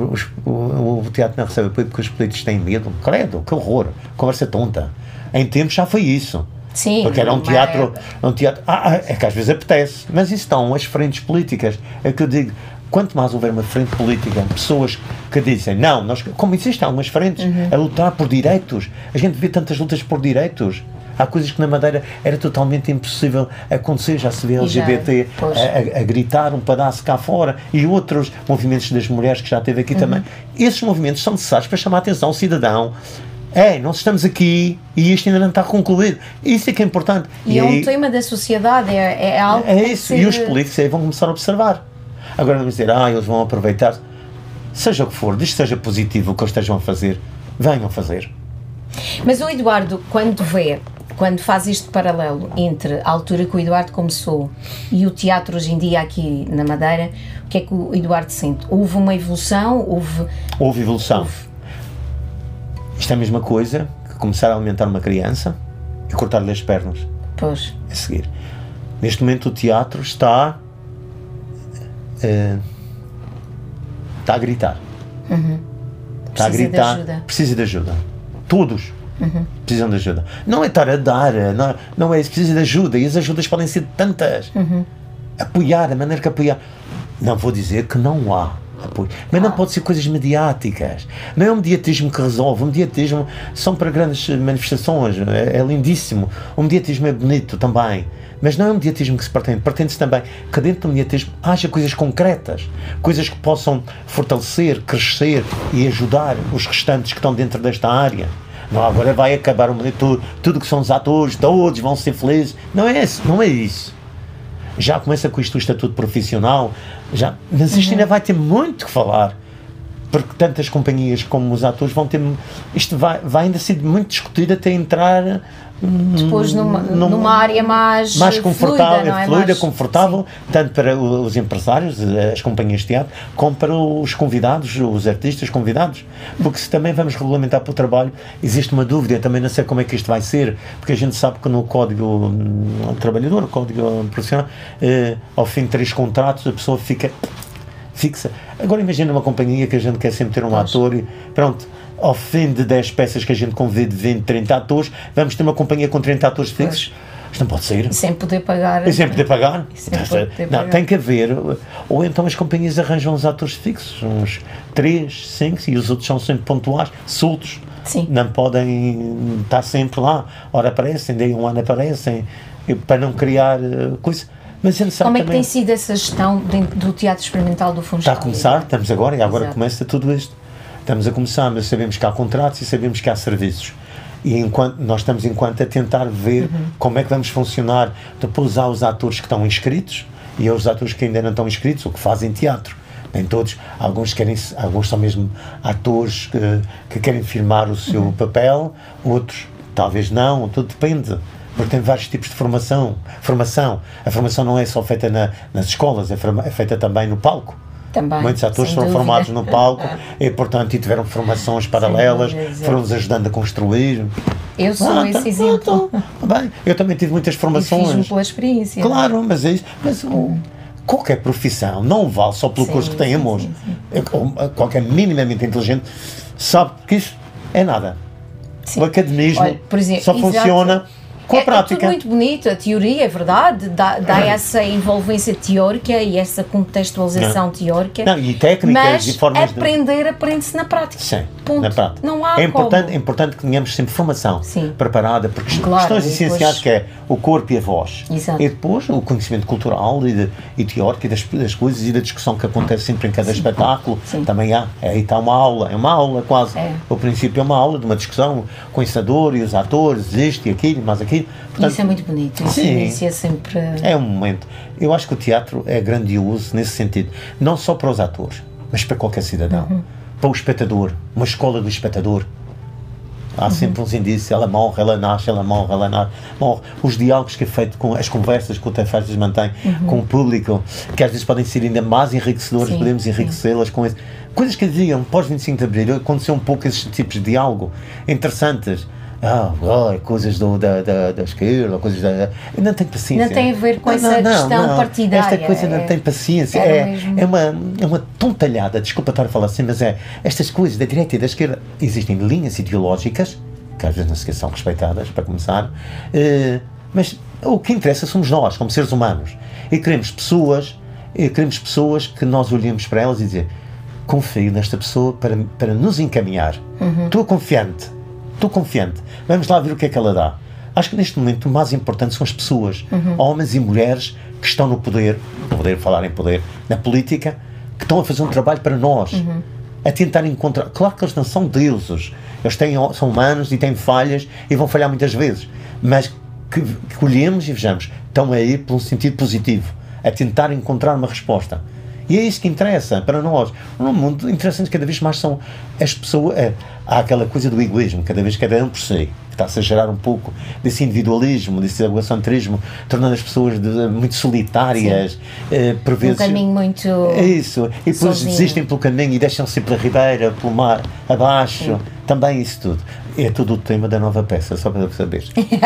o teatro não recebe apoio porque os políticos têm medo. Credo, que horror, conversa tonta. Em tempos já foi isso. Sim, porque era um teatro. É que às vezes apetece, mas isso estão as frentes políticas. É que eu digo, quanto mais houver uma frente política, pessoas que dizem, não, como existem algumas frentes a lutar por direitos, a gente vê tantas lutas por direitos. Há coisas que na Madeira era totalmente impossível acontecer, já se vê LGBT a gritar um pedaço cá fora, e outros movimentos das mulheres que já teve aqui também. Esses movimentos são necessários para chamar a atenção ao cidadão. Nós estamos aqui e isto ainda não está concluído. Isso é que é importante. E é um tema da sociedade, é algo que isso. E os políticos aí vão começar a observar. Agora vamos dizer, eles vão aproveitar. Seja o que for, desde que seja positivo o que eles estejam a fazer, venham fazer. Mas o Eduardo, quando faz este paralelo entre a altura que o Eduardo começou e o teatro hoje em dia aqui na Madeira, o que é que o Eduardo sente? Houve uma evolução? Houve evolução. Isto é a mesma coisa que começar a alimentar uma criança e cortar-lhe as pernas. Pois. A seguir. Neste momento o teatro está a gritar. Está a gritar. Precisa de ajuda. Todos precisam de ajuda. Não é estar a dar, não é isso, precisa de ajuda, e as ajudas podem ser tantas. Apoiar, a maneira que apoiar. Não vou dizer que não há apoio, mas não pode ser coisas mediáticas. Não é o mediatismo que resolve. O mediatismo são para grandes manifestações, é lindíssimo. O mediatismo é bonito também, mas não é o mediatismo que se pretende. Pretende-se também que dentro do mediatismo haja coisas concretas, coisas que possam fortalecer, crescer e ajudar os restantes que estão dentro desta área. Não, agora vai acabar o mundo, tudo que são os atores, todos vão ser felizes. Não é isso. Já começa com isto o estatuto profissional, mas isto ainda vai ter muito que falar. porque tantas companhias como os atores vão ter, isto vai ainda ser muito discutido até entrar depois numa área mais confortável, fluida, confortável, sim. tanto para os empresários, as companhias de teatro, como para os convidados, os artistas convidados, porque se também vamos regulamentar para o trabalho, existe uma dúvida, também não sei como é que isto vai ser, porque a gente sabe que no Código Trabalhador, o Código Profissional, ao fim de 3 contratos, a pessoa fica fixa. Agora imagina uma companhia que a gente quer sempre ter um ator e pronto, ao fim de 10 peças que a gente convide 20, 30 atores, vamos ter uma companhia com 30 atores fixos. Isto não pode ser. E sem poder pagar. E sem poder pagar. Não, tem que haver. Ou então as companhias arranjam os atores fixos, uns 3, 5, e os outros são sempre pontuais, soltos. Sim. Não podem estar sempre lá. Ora aparecem, daí um ano aparecem, para não criar coisa. Mas como é que tem sido essa gestão dentro do Teatro Experimental do Funchal? Está a começar, estamos agora, e agora começa tudo isto. Estamos a começar, mas sabemos que há contratos e sabemos que há serviços. E nós estamos a tentar ver como é que vamos funcionar. Depois há os atores que estão inscritos e há os atores que ainda não estão inscritos, ou que fazem teatro. Nem todos, alguns são mesmo atores que querem firmar o seu papel, outros talvez não, tudo depende. Porque tem vários tipos de formação. A formação não é só feita nas escolas, é feita também no palco. Também, muitos atores foram formados no palco e, portanto, tiveram formações paralelas, foram-nos ajudando a construir. Eu sou esse exemplo. Bem, eu também tive muitas formações. E fiz-me pela experiência. Claro, mas é isso. Mas qualquer profissão não vale só pelo curso que tenhamos. Qualquer minimamente inteligente sabe que isso é nada. Sim. O academismo por exemplo, só funciona com a prática. É tudo muito bonito, a teoria é verdade, dá essa envolvência teórica e essa contextualização teórica. Não, e técnicas mas e formas aprende-se na prática. Sim, ponto. Na prática. Não há é importante que tenhamos sempre formação preparada, porque questões essenciais que é o corpo e a voz. Exato. E depois o conhecimento cultural e teórico e das coisas e da discussão que acontece sempre em cada espetáculo. Sim. Também há. Aí está uma aula quase. O princípio é uma aula de uma discussão com o encenador e os atores, isto e aquilo, mais aquilo. Portanto, isso é muito bonito, isso inicia sempre... É um momento. Eu acho que o teatro é grandioso nesse sentido, não só para os atores, mas para qualquer cidadão, para o espectador, uma escola do espectador. Há sempre uns indícios, ela morre, ela nasce, ela morre, ela nasce, morre. Os diálogos que é feito, com as conversas que o Tefestas mantém com o público, que às vezes podem ser ainda mais enriquecedoras, podemos enriquecê-las com isso. Coisas que diziam, pós-25 de Abril, aconteceu um pouco esses tipos de diálogo, interessantes. Coisas da esquerda, coisas da... Não tem paciência. Não tem a ver com essa questão partidária. Esta coisa não tem paciência. É uma tontalhada, desculpa estar a falar assim, mas estas coisas da direita e da esquerda, existem linhas ideológicas, que às vezes não sequer são respeitadas, para começar, mas o que interessa somos nós, como seres humanos. E queremos pessoas que nós olhemos para elas e dizer, confio nesta pessoa para nos encaminhar. Estou confiante, vamos lá ver o que é que ela dá. Acho que neste momento o mais importante são as pessoas, homens e mulheres que estão no poder, falar em poder, na política, que estão a fazer um trabalho para nós, a tentar encontrar, claro que eles não são deuses, eles são humanos e têm falhas e vão falhar muitas vezes, mas que olhemos e vejamos, estão a ir por um sentido positivo, a tentar encontrar uma resposta. E é isso que interessa para nós. No mundo, interessante cada vez mais são as pessoas. Há aquela coisa do egoísmo, cada vez cada um por si, que está-se a gerar um pouco desse individualismo, desse egocentrismo, tornando as pessoas muito solitárias, por vezes. Um caminho muito. É isso. E depois desistem pelo caminho e deixam-se pela ribeira, pelo mar, abaixo. Sim. Também isso tudo. É tudo o tema da nova peça, só para saber.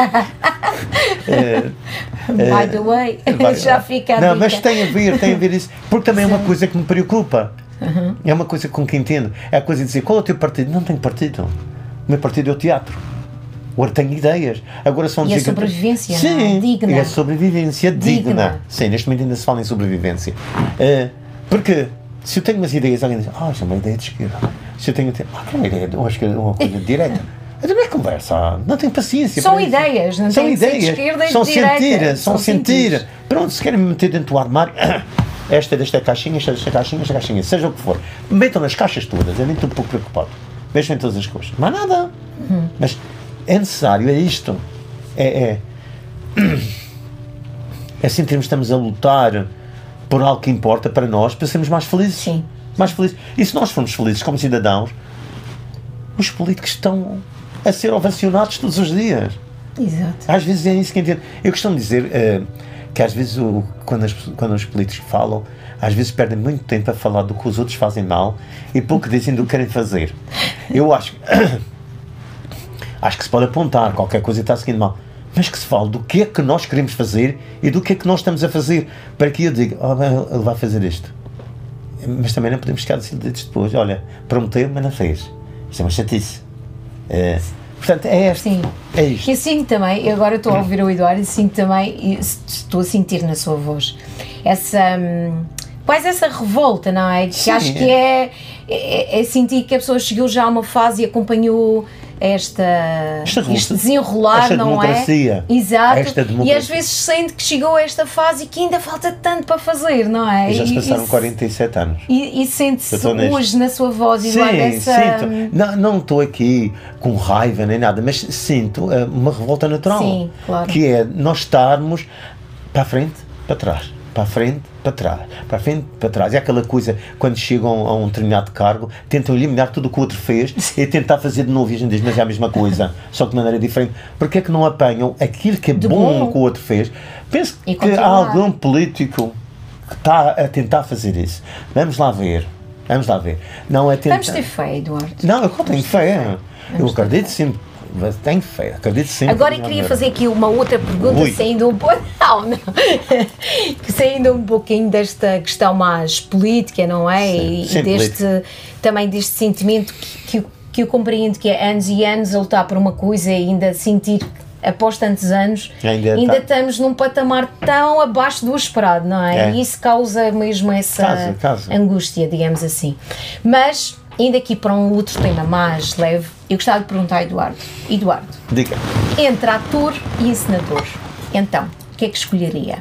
By the way, já fica a dica. Não, mas tem a ver isso, porque também é uma coisa que me preocupa. É uma coisa com que entendo. É a coisa de dizer, qual é o teu partido? Não tenho partido. O meu partido é o teatro. Agora tenho ideias. Agora são a sobrevivência digna. E a sobrevivência digna. Sim, neste momento ainda se fala em sobrevivência. Porque se eu tenho umas ideias, alguém diz, isso é uma ideia de esquerda. Se eu tenho que é uma ideia de uma coisa de direita. Não é conversa, não tenho paciência. São ideias, não tem que ser de esquerda e de direita. São sentir. Pronto, se querem me meter dentro do armário, desta caixinha, esta caixinha, seja o que for, metam nas caixas todas, eu nem estou um pouco preocupado. Vejam em todas as coisas. Não há nada. Mas é necessário, é isto. É sentirmos que estamos a lutar por algo que importa para nós, para sermos mais felizes. Sim. Mais felizes. E se nós formos felizes como cidadãos, os políticos estão a ser ovacionados todos os dias. Exato. Às vezes é isso que entendo. Eu costumo dizer que às vezes quando os políticos falam, às vezes perdem muito tempo a falar do que os outros fazem mal e pouco dizem do que querem fazer. Eu acho que se pode apontar qualquer coisa que está seguindo mal, mas que se fale do que é que nós queremos fazer e do que é que nós estamos a fazer, para que eu diga, ele vai fazer isto. Mas também não podemos ficar decididos depois, olha, prometeu, mas não fez. Isto é uma chatice. Portanto, é esta. Sim. É isto. E sinto também, agora estou a ouvir o Eduardo e sinto também, e estou a sentir na sua voz, quase essa revolta, não é? Que acho que é sentir que a pessoa chegou já a uma fase e acompanhou este desenrolar, esta não democracia, é? Exato. esta democracia. E às vezes sente que chegou a esta fase e que ainda falta tanto para fazer, não é? E já se passaram 47 anos. E sente-se hoje na sua voz, Eduardo, sinto. Não estou aqui com raiva nem nada, mas sinto uma revolta natural. Sim, claro. Que é nós estarmos para a frente, para trás. Para a frente, para trás, para a frente, para trás. É aquela coisa, quando chegam a um determinado cargo, tentam eliminar tudo o que o outro fez e tentar fazer de novo, e a gente diz, mas é a mesma coisa, só que de maneira diferente. Porque é que não apanham aquilo que é bom que o outro fez? Penso que há algum político que está a tentar fazer isso. Vamos lá ver. Não é tentar... Vamos ter fé, Eduardo. Não, eu tenho fé. Eu acredito sempre. Tenho fé, acredito sempre. Agora eu queria fazer aqui uma outra pergunta, saindo um pouco. Não. Saindo um pouquinho desta questão mais política, não é? Sim, e também deste sentimento que eu compreendo, que é anos e anos a lutar por uma coisa e ainda sentir que após tantos anos ainda estamos num patamar tão abaixo do esperado, não é? E isso causa mesmo essa angústia, digamos assim. Mas indo aqui para um outro tema mais leve, eu gostava de perguntar a Eduardo. Eduardo, diga. Entre ator e encenador, então, o que é que escolheria?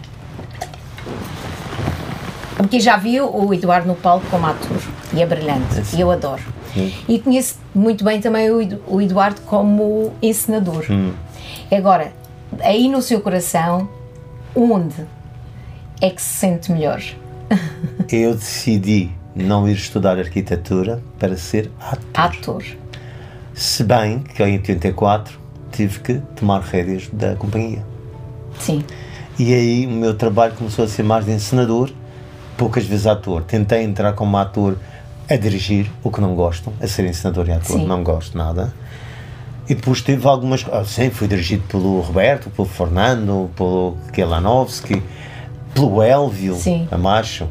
Porque já viu o Eduardo no palco como ator, e é brilhante, e eu adoro. E conheço muito bem também o Eduardo como encenador. Agora, aí no seu coração, onde é que se sente melhor? Eu decidi não ir estudar arquitetura para ser ator. Se bem que em 84 tive que tomar rédeas da companhia. Sim. E aí o meu trabalho começou a ser mais de encenador, poucas vezes ator. Tentei entrar como ator a dirigir, o que não gosto, a ser encenador e ator, não gosto nada. E depois teve algumas... Sim, fui dirigido pelo Roberto, pelo Fernando, pelo Kelanovski, pelo Elvio, Amacho.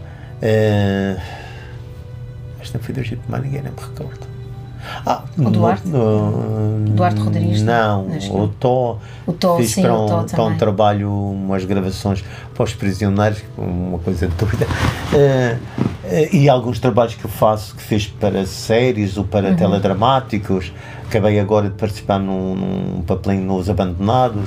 Não fui dirigido por mais ninguém, não me recordo. O Duarte? Duarte Rodrigues? Não, o Tó. Fiz para um trabalho, umas gravações para os prisioneiros, uma coisa doida. E alguns trabalhos que eu faço, que fiz para séries ou para teledramáticos. Acabei agora de participar num papelinho nos Abandonados.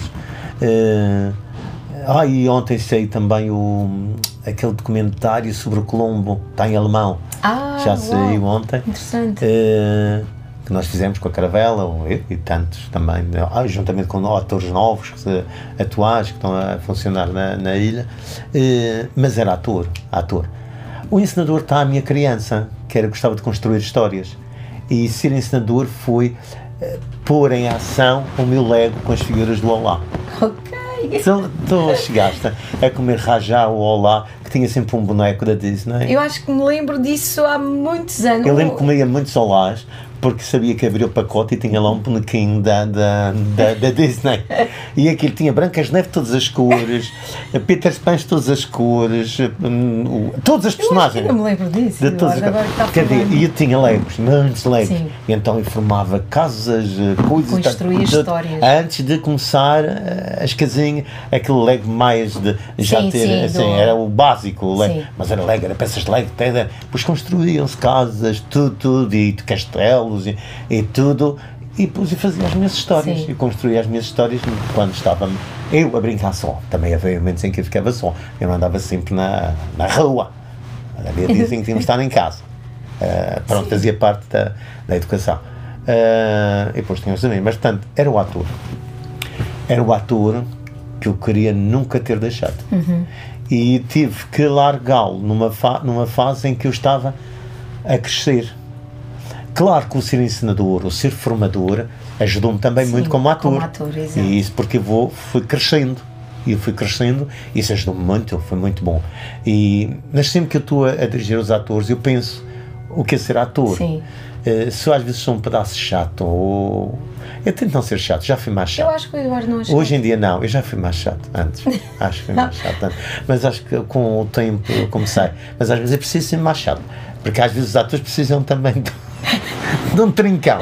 E ontem sei também aquele documentário sobre o Colombo, está em alemão. Já saiu ontem. Interessante. Que nós fizemos com a Caravela, eu e tantos também, juntamente com atores novos, atuais, que estão a funcionar na ilha. Mas era ator. O encenador está à minha criança, que gostava de construir histórias. E ser encenador foi pôr em ação o meu Lego com as figuras do Olá. Tu chegaste a comer rajá ou Olá, que tinha sempre um boneco da Disney. Eu acho que me lembro disso há muitos anos. Eu lembro que comia muitos Olás, porque sabia que abria o pacote e tinha lá um bonequinho da Disney. E aquilo tinha Brancas de Neve todas as cores, Peter Pan todas as cores, todas as personagens. Eu não me lembro disso. De todas e eu tinha Legos, muitos Legos. E então eu formava casas, coisas. Construía histórias. Antes de começar as casinhas, aquele Lego mais de era o básico, o Lego, mas era Lego, era peças de Lego, depois construíam-se casas, tudo, e castelos. E tudo, e depois eu fazia as minhas histórias, e construía as minhas histórias quando estava eu a brincar só. Também havia momentos em que eu ficava só, eu não andava sempre na rua, havia dias em que tínhamos de estar em casa. Fazia parte da educação. E depois tínhamos também, mas portanto, era o ator que eu queria nunca ter deixado. E tive que largá-lo numa fase em que eu estava a crescer. Claro que o ser encenador, o ser formador, ajudou-me também muito como ator. Exato. E isso porque fui crescendo. E eu fui crescendo, e isso ajudou-me muito, foi muito bom. Mas sempre que eu estou a dirigir os atores, eu penso o que é ser ator. Sim. Se eu às vezes sou um pedaço chato, ou... Eu tento não ser chato, já fui mais chato. Eu acho que o Eduardo não é chato. Hoje em dia não, eu já fui mais chato antes. Acho que fui mais chato antes. Mas acho que com o tempo eu comecei. Mas às vezes é preciso ser mais chato. Porque às vezes os atores precisam também de um trincão.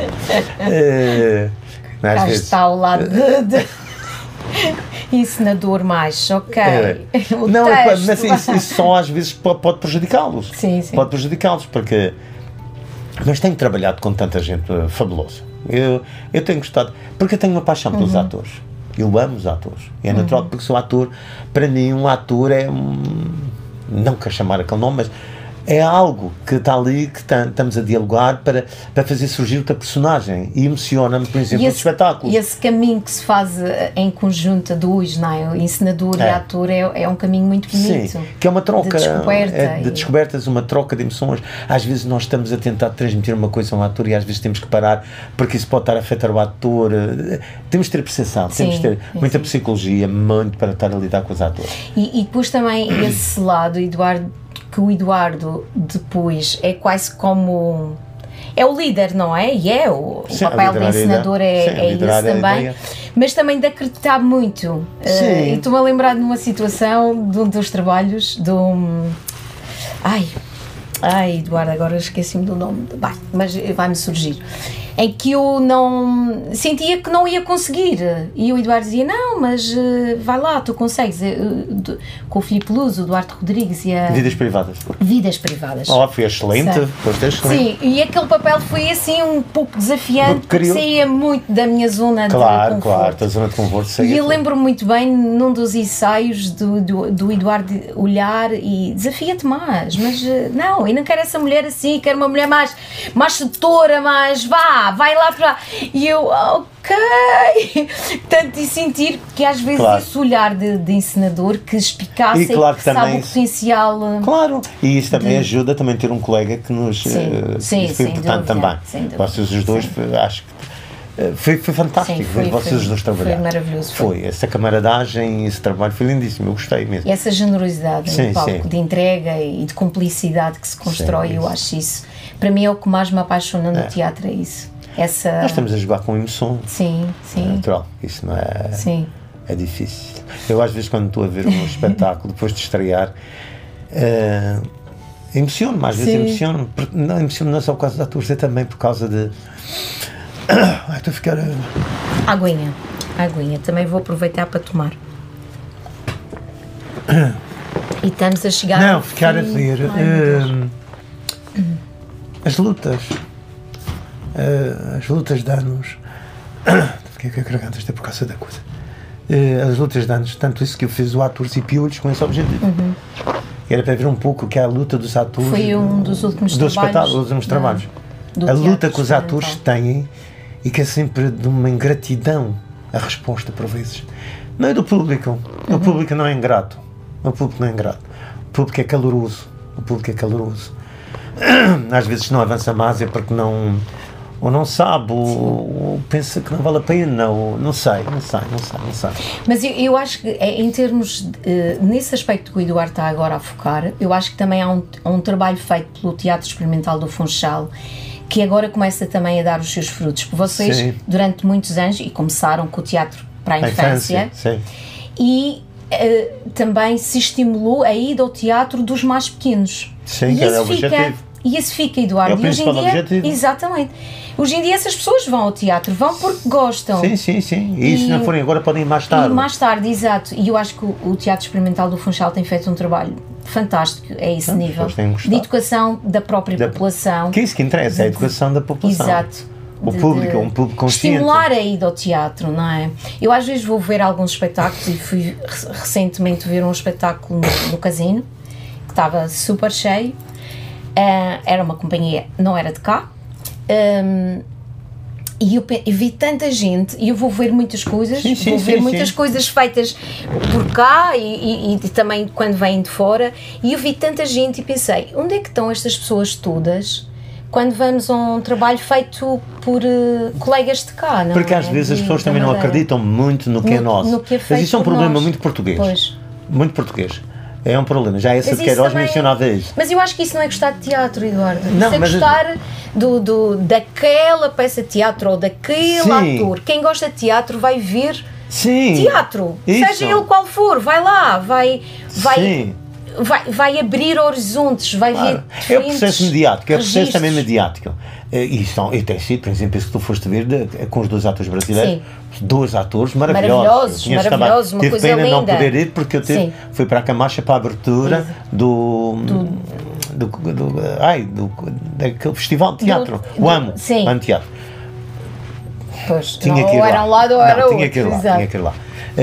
Às vezes está ao lado de encenador mais, ok. Não, mas isso só às vezes pode prejudicá-los. Sim. Pode prejudicá-los, porque... Mas tenho trabalhado com tanta gente fabulosa. Eu tenho gostado, porque eu tenho uma paixão pelos atores. Eu amo os atores. É natural, porque sou ator. Para mim, um ator é não quero chamar aquele nome, mas é algo que está ali, que estamos a dialogar para fazer surgir outra personagem. E emociona-me, por exemplo, nos espetáculos. E esse caminho que se faz em conjunto a dois, não é? O encenador e ator é um caminho muito bonito. Sim, que é uma troca de descobertas, uma troca de emoções. Às vezes nós estamos a tentar transmitir uma coisa a um ator e às vezes temos que parar, porque isso pode estar a afetar o ator. Temos de ter percepção, temos de ter muita psicologia, muito para estar a lidar com os atores. E depois também esse lado, Eduardo, que o Eduardo depois é quase como... É o líder, não é? E o papel do encenador é isso também. Mas também de acreditar muito. E estou-me a lembrar de uma situação de um dos trabalhos Ai, Eduardo, agora esqueci-me do nome. Mas vai-me surgir. Em que eu não... Sentia que não ia conseguir. E o Eduardo dizia, não, mas vai lá, tu consegues. Com o Filipe Luz, o Duarte Rodrigues e a... Vidas privadas. Vidas privadas. Foi excelente. Sim, e aquele papel foi assim um pouco desafiante, porque saía muito da minha zona de conforto. Claro, da zona de conforto. E eu lembro-me muito bem, num dos ensaios do Eduardo olhar e desafia-te mais, mas não, eu não quero essa mulher assim, quero uma mulher mais sedutora, mais vai lá para... E eu, ok, tanto e sentir que às vezes esse olhar de encenador que espicaça e claro, que também sabe o potencial. Claro, e isso também ajuda também ter um colega que nos foi importante também. Vocês os dois, acho que foi fantástico ver vocês os dois trabalhar. Foi maravilhoso. Foi, essa camaradagem, esse trabalho foi lindíssimo, eu gostei mesmo. E essa generosidade no palco, de entrega e de cumplicidade que se constrói, eu acho isso. Para mim é o que mais me apaixona no teatro, é isso. Nós estamos a jogar com emoção. Sim. É natural, isso não é... Sim. É difícil. Eu às vezes quando estou a ver um espetáculo, depois de estrear, emociono-me, às vezes emociono-me. Não emociono não só por causa da atores, é também por causa de... estou a ficar... Aguinha. Também vou aproveitar para tomar. E estamos a chegar... Não, ficar a ver... as lutas de anos. Fiquei com a garganta, isto é por causa da coisa. As lutas de anos, tanto isso que eu fiz o Atores e Piolhos com esse objetivo. Era para ver um pouco o que é a luta dos atores. Foi um dos últimos trabalhos. A luta que os atores têm e que é sempre de uma ingratidão a resposta, por vezes. Não é do público. O público não é ingrato. O público é caloroso. Às vezes não avança mais é porque não sabe ou pensa que não vale a pena, ou não sei. Mas eu acho que em termos nesse aspecto que o Eduardo está agora a focar, eu acho que também há um trabalho feito pelo Teatro Experimental do Funchal que agora começa também a dar os seus frutos, porque vocês durante muitos anos, e começaram com o teatro para a infância. E também se estimulou a ida ao teatro dos mais pequenos. Sim, que era o objetivo. E esse fica, Eduardo. É o principal objetivo. Exatamente. Hoje em dia essas pessoas vão ao teatro, vão porque gostam. Sim. E se não forem agora, podem ir mais tarde. Exato. E eu acho que o Teatro Experimental do Funchal tem feito um trabalho fantástico a esse nível. De educação da própria população. Que é isso que interessa, é a educação da população. Exato. Um público consciente. Estimular a ida ao teatro, não é? Eu às vezes vou ver alguns espetáculos e fui recentemente ver um espetáculo no Casino, que estava super cheio. Era uma companhia, não era de cá, eu vi tanta gente, e eu vou ver muitas coisas, vou ver muitas coisas feitas por cá e também quando vêm de fora, e eu vi tanta gente e pensei, onde é que estão estas pessoas todas quando vamos a um trabalho feito por colegas de cá, não Porque é? às vezes as pessoas também não acreditam muito no que é nosso. No que é feito. Mas isso é um problema nós. muito português. Pois. Muito português. É um problema. Já essa Mas de Queiroz também, mencionava isso. Mas eu acho que isso não é gostar de teatro, Eduardo. Não, isso é mas gostar daquela peça de teatro ou daquele Sim. ator. Quem gosta de teatro vai ver Sim. teatro. Isso. Seja ele qual for, vai lá, vai abrir horizontes, vai ver. É o processo mediático, é o processo registros. também mediático. E tem sido, por exemplo, isso que tu foste ver com os 2 atores brasileiros. Sim. 2 atores maravilhosos. Maravilhosos, uma tive coisa pena linda. não poder ir porque eu fui para a Camacha para a abertura daquele festival de teatro. O AMO. Sim. AMO Teatro. Pois, Tinha não, que ir ou era um lado ou era outro. Tinha que ir lá.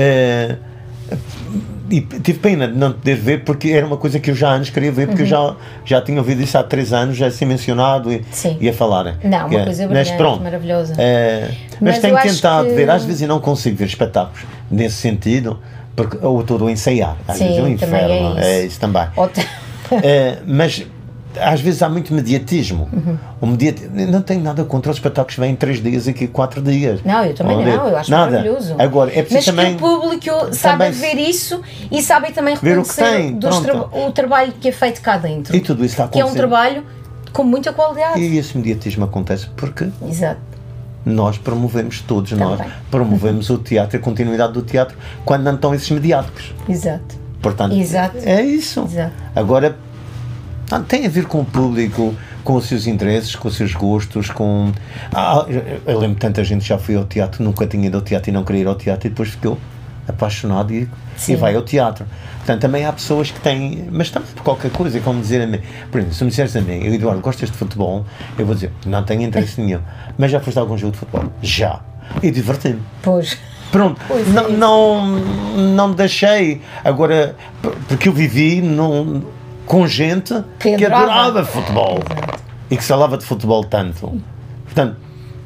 E tive pena de não poder ver porque era uma coisa que eu já há anos queria ver, porque eu já tinha ouvido isso há 3 anos, já ser mencionado e a falar. Não, uma coisa brilhante, maravilhosa. Mas tenho tentado ver, às que... vezes eu não consigo ver espetáculos nesse sentido, porque, ou todo o ensaiar, às Sim, vezes é um inferno, é isso também. Outra... Mas às vezes há muito mediatismo. Não tenho nada contra os espetáculos que vêm 3 dias aqui 4 dias. Não, eu também não, eu acho maravilhoso. Agora, é preciso mas também, que o público sabe ver isso e sabe também reconhecer o trabalho que é feito cá dentro. E tudo isso está que é um trabalho com muita qualidade. E esse mediatismo acontece porque Exato. nós promovemos todos, nós promovemos o teatro e a continuidade do teatro quando não estão esses mediáticos. Exato. Portanto, é isso. Exato. Agora, tem a ver com o público, com os seus interesses, com os seus gostos, com... eu lembro de tanta gente que já foi ao teatro, nunca tinha ido ao teatro e não queria ir ao teatro e depois ficou apaixonado e vai ao teatro. Portanto, também há pessoas que têm... Mas também por qualquer coisa, como dizer a mim... Por exemplo, se me disseres a mim, Eduardo, gostas de futebol? Eu vou dizer, não tenho interesse nenhum. Mas já foste a algum jogo de futebol? Já. E diverti-me. Pois. Pronto, não deixei. Agora, porque eu vivi com gente que adorava futebol. Exato. E que se falava de futebol tanto. Portanto,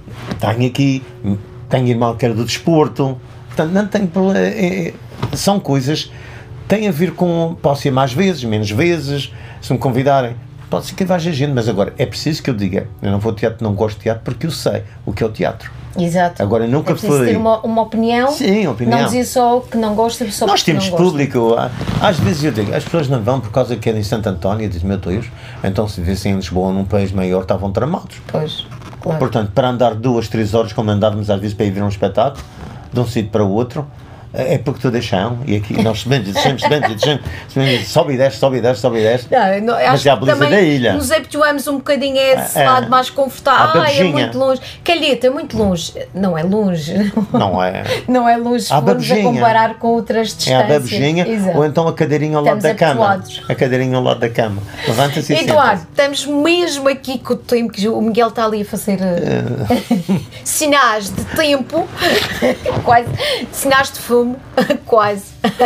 tenho irmão que era do desporto. Portanto, não tenho problema. São coisas, tem a ver com, posso ir mais vezes, menos vezes, se me convidarem, pode ser que vá gente, mas agora é preciso que eu diga, eu não vou ao teatro, não gosto de teatro, porque eu sei o que é o teatro. Exato. Agora nunca foi ter uma opinião. Sim, opinião. Não dizer só que não gosta, só nós temos não público, às vezes eu digo, as pessoas não vão por causa que é em Santo António, diz, meu Deus, então se vissem em Lisboa num país maior estavam tramados. Pois, claro. Portanto, para andar 2, 3 horas como andávamos às vezes para ir ver um espetáculo, de um sítio para o outro, é porque tudo é chão, e aqui nós subimos, sobe e desce. Não, mas é a beleza da ilha. Nos habituamos um bocadinho a esse lado mais confortável. É muito longe. Calheta, é muito longe. Não é longe. Não é. Não é longe se formos a comparar com outras distâncias. É a babejinha, ou então a cadeirinha ao lado da cama. A cadeirinha ao lado da cama. Levanta-se e Eduardo, estamos mesmo aqui com o tempo que o Miguel está ali a fazer sinais de tempo, quase, sinais de fumo, quase.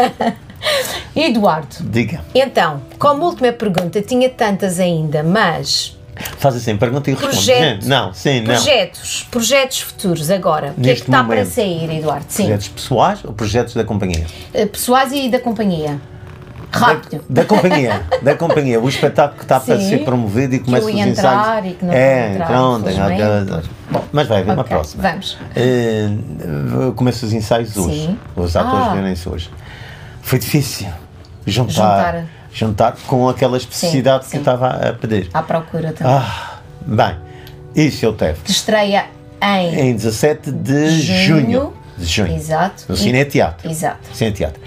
Eduardo, diga. Então, como última pergunta, tinha tantas ainda, mas... Faz assim, pergunta e responde. Projetos futuros agora. O que é que está para sair, Eduardo? Sim. Projetos pessoais ou projetos da companhia? Pessoais e da companhia. Rápido. Da companhia. O espetáculo que está para ser promovido e começa os ensaios. E que não entrar, Bom, mas vai haver uma próxima. Vamos. Começo os ensaios hoje. Sim. Os atores reúnem-se hoje. Foi difícil juntar com aquela especificidade que eu estava a pedir. À procura também. Bem, isso eu teve. Que estreia em 17 de junho. Exato. No Cine Teatro. Exato. Cine Teatro.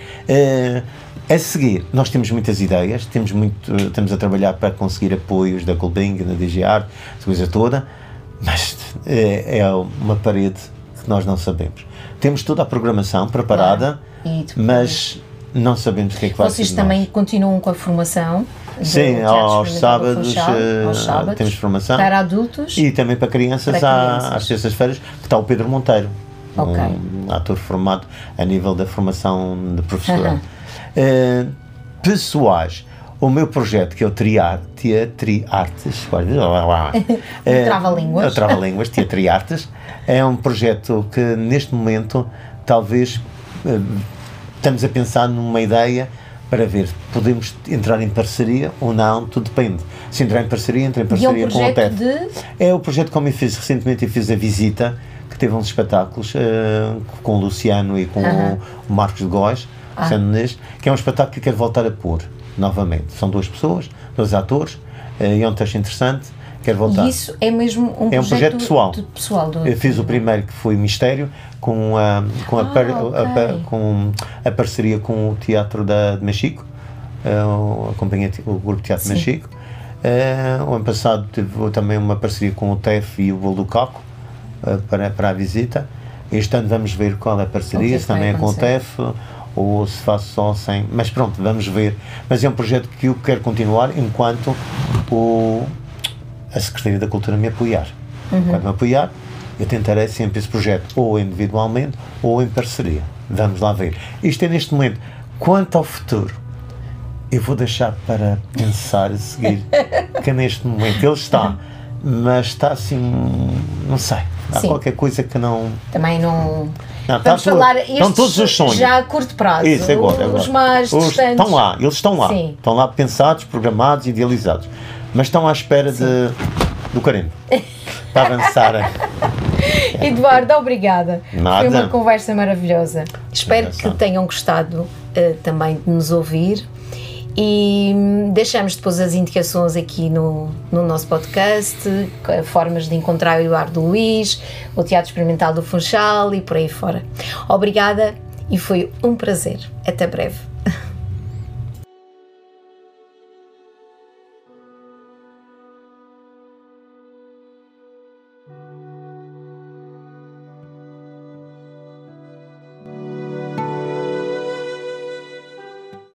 A seguir, nós temos muitas ideias, estamos a trabalhar para conseguir apoios da Gulbenkian, da DG Art, essa coisa toda, mas é uma parede que nós não sabemos. Temos toda a programação preparada, mas não sabemos o que é que vai ser. Vocês também continuam com a formação? Sim, aos sábados temos formação. Para adultos? E também para crianças, às terças-feiras, que está o Pedro Monteiro, um ator formado a nível da formação de professora. Pessoais, O meu projeto, que é o Teatriartes, Trava-línguas, Teatriartes, é um projeto que neste momento talvez estamos a pensar numa ideia para ver se podemos entrar em parceria ou não, tudo depende. Se entrar em parceria, entra em parceria com o TEF. É o projeto como eu fiz recentemente, eu fiz a Visita, que teve uns espetáculos com o Luciano e com o Marcos de Góis, que é um espetáculo que eu quero voltar a pôr novamente. São 2 pessoas, 2 atores, e é um texto interessante. Quero voltar. E isso é mesmo um projeto pessoal. Eu fiz o primeiro, que foi Mistério, com a parceria com o Teatro de Mexico, o Grupo Teatro de Mexico. O ano passado tive também uma parceria com o TEF e o Bolo do Caco para a Visita. Este ano vamos ver qual é a parceria, se também é com o TEF ou se faço só sem. Mas pronto, vamos ver. Mas é um projeto que eu quero continuar enquanto a Secretaria da Cultura me apoiar. Quando me apoiar, eu tentarei sempre esse projeto, ou individualmente, ou em parceria. Vamos lá ver. Isto é neste momento. Quanto ao futuro, eu vou deixar para pensar a seguir, que neste momento ele está, mas está assim, não sei, há qualquer coisa que não... Também não... Vamos falar, estão todos os sonhos. Já a curto prazo, isso, agora. Os mais distantes. Estão lá, eles estão lá. Sim. Estão lá pensados, programados, idealizados. Mas estão à espera do carimbo para avançar. Eduardo, obrigada. Nada. Foi uma conversa maravilhosa. Espero que tenham gostado também de nos ouvir, e deixamos depois as indicações aqui no nosso podcast, formas de encontrar o Eduardo Luís, o Teatro Experimental do Funchal e por aí fora. Obrigada e foi um prazer. Até breve.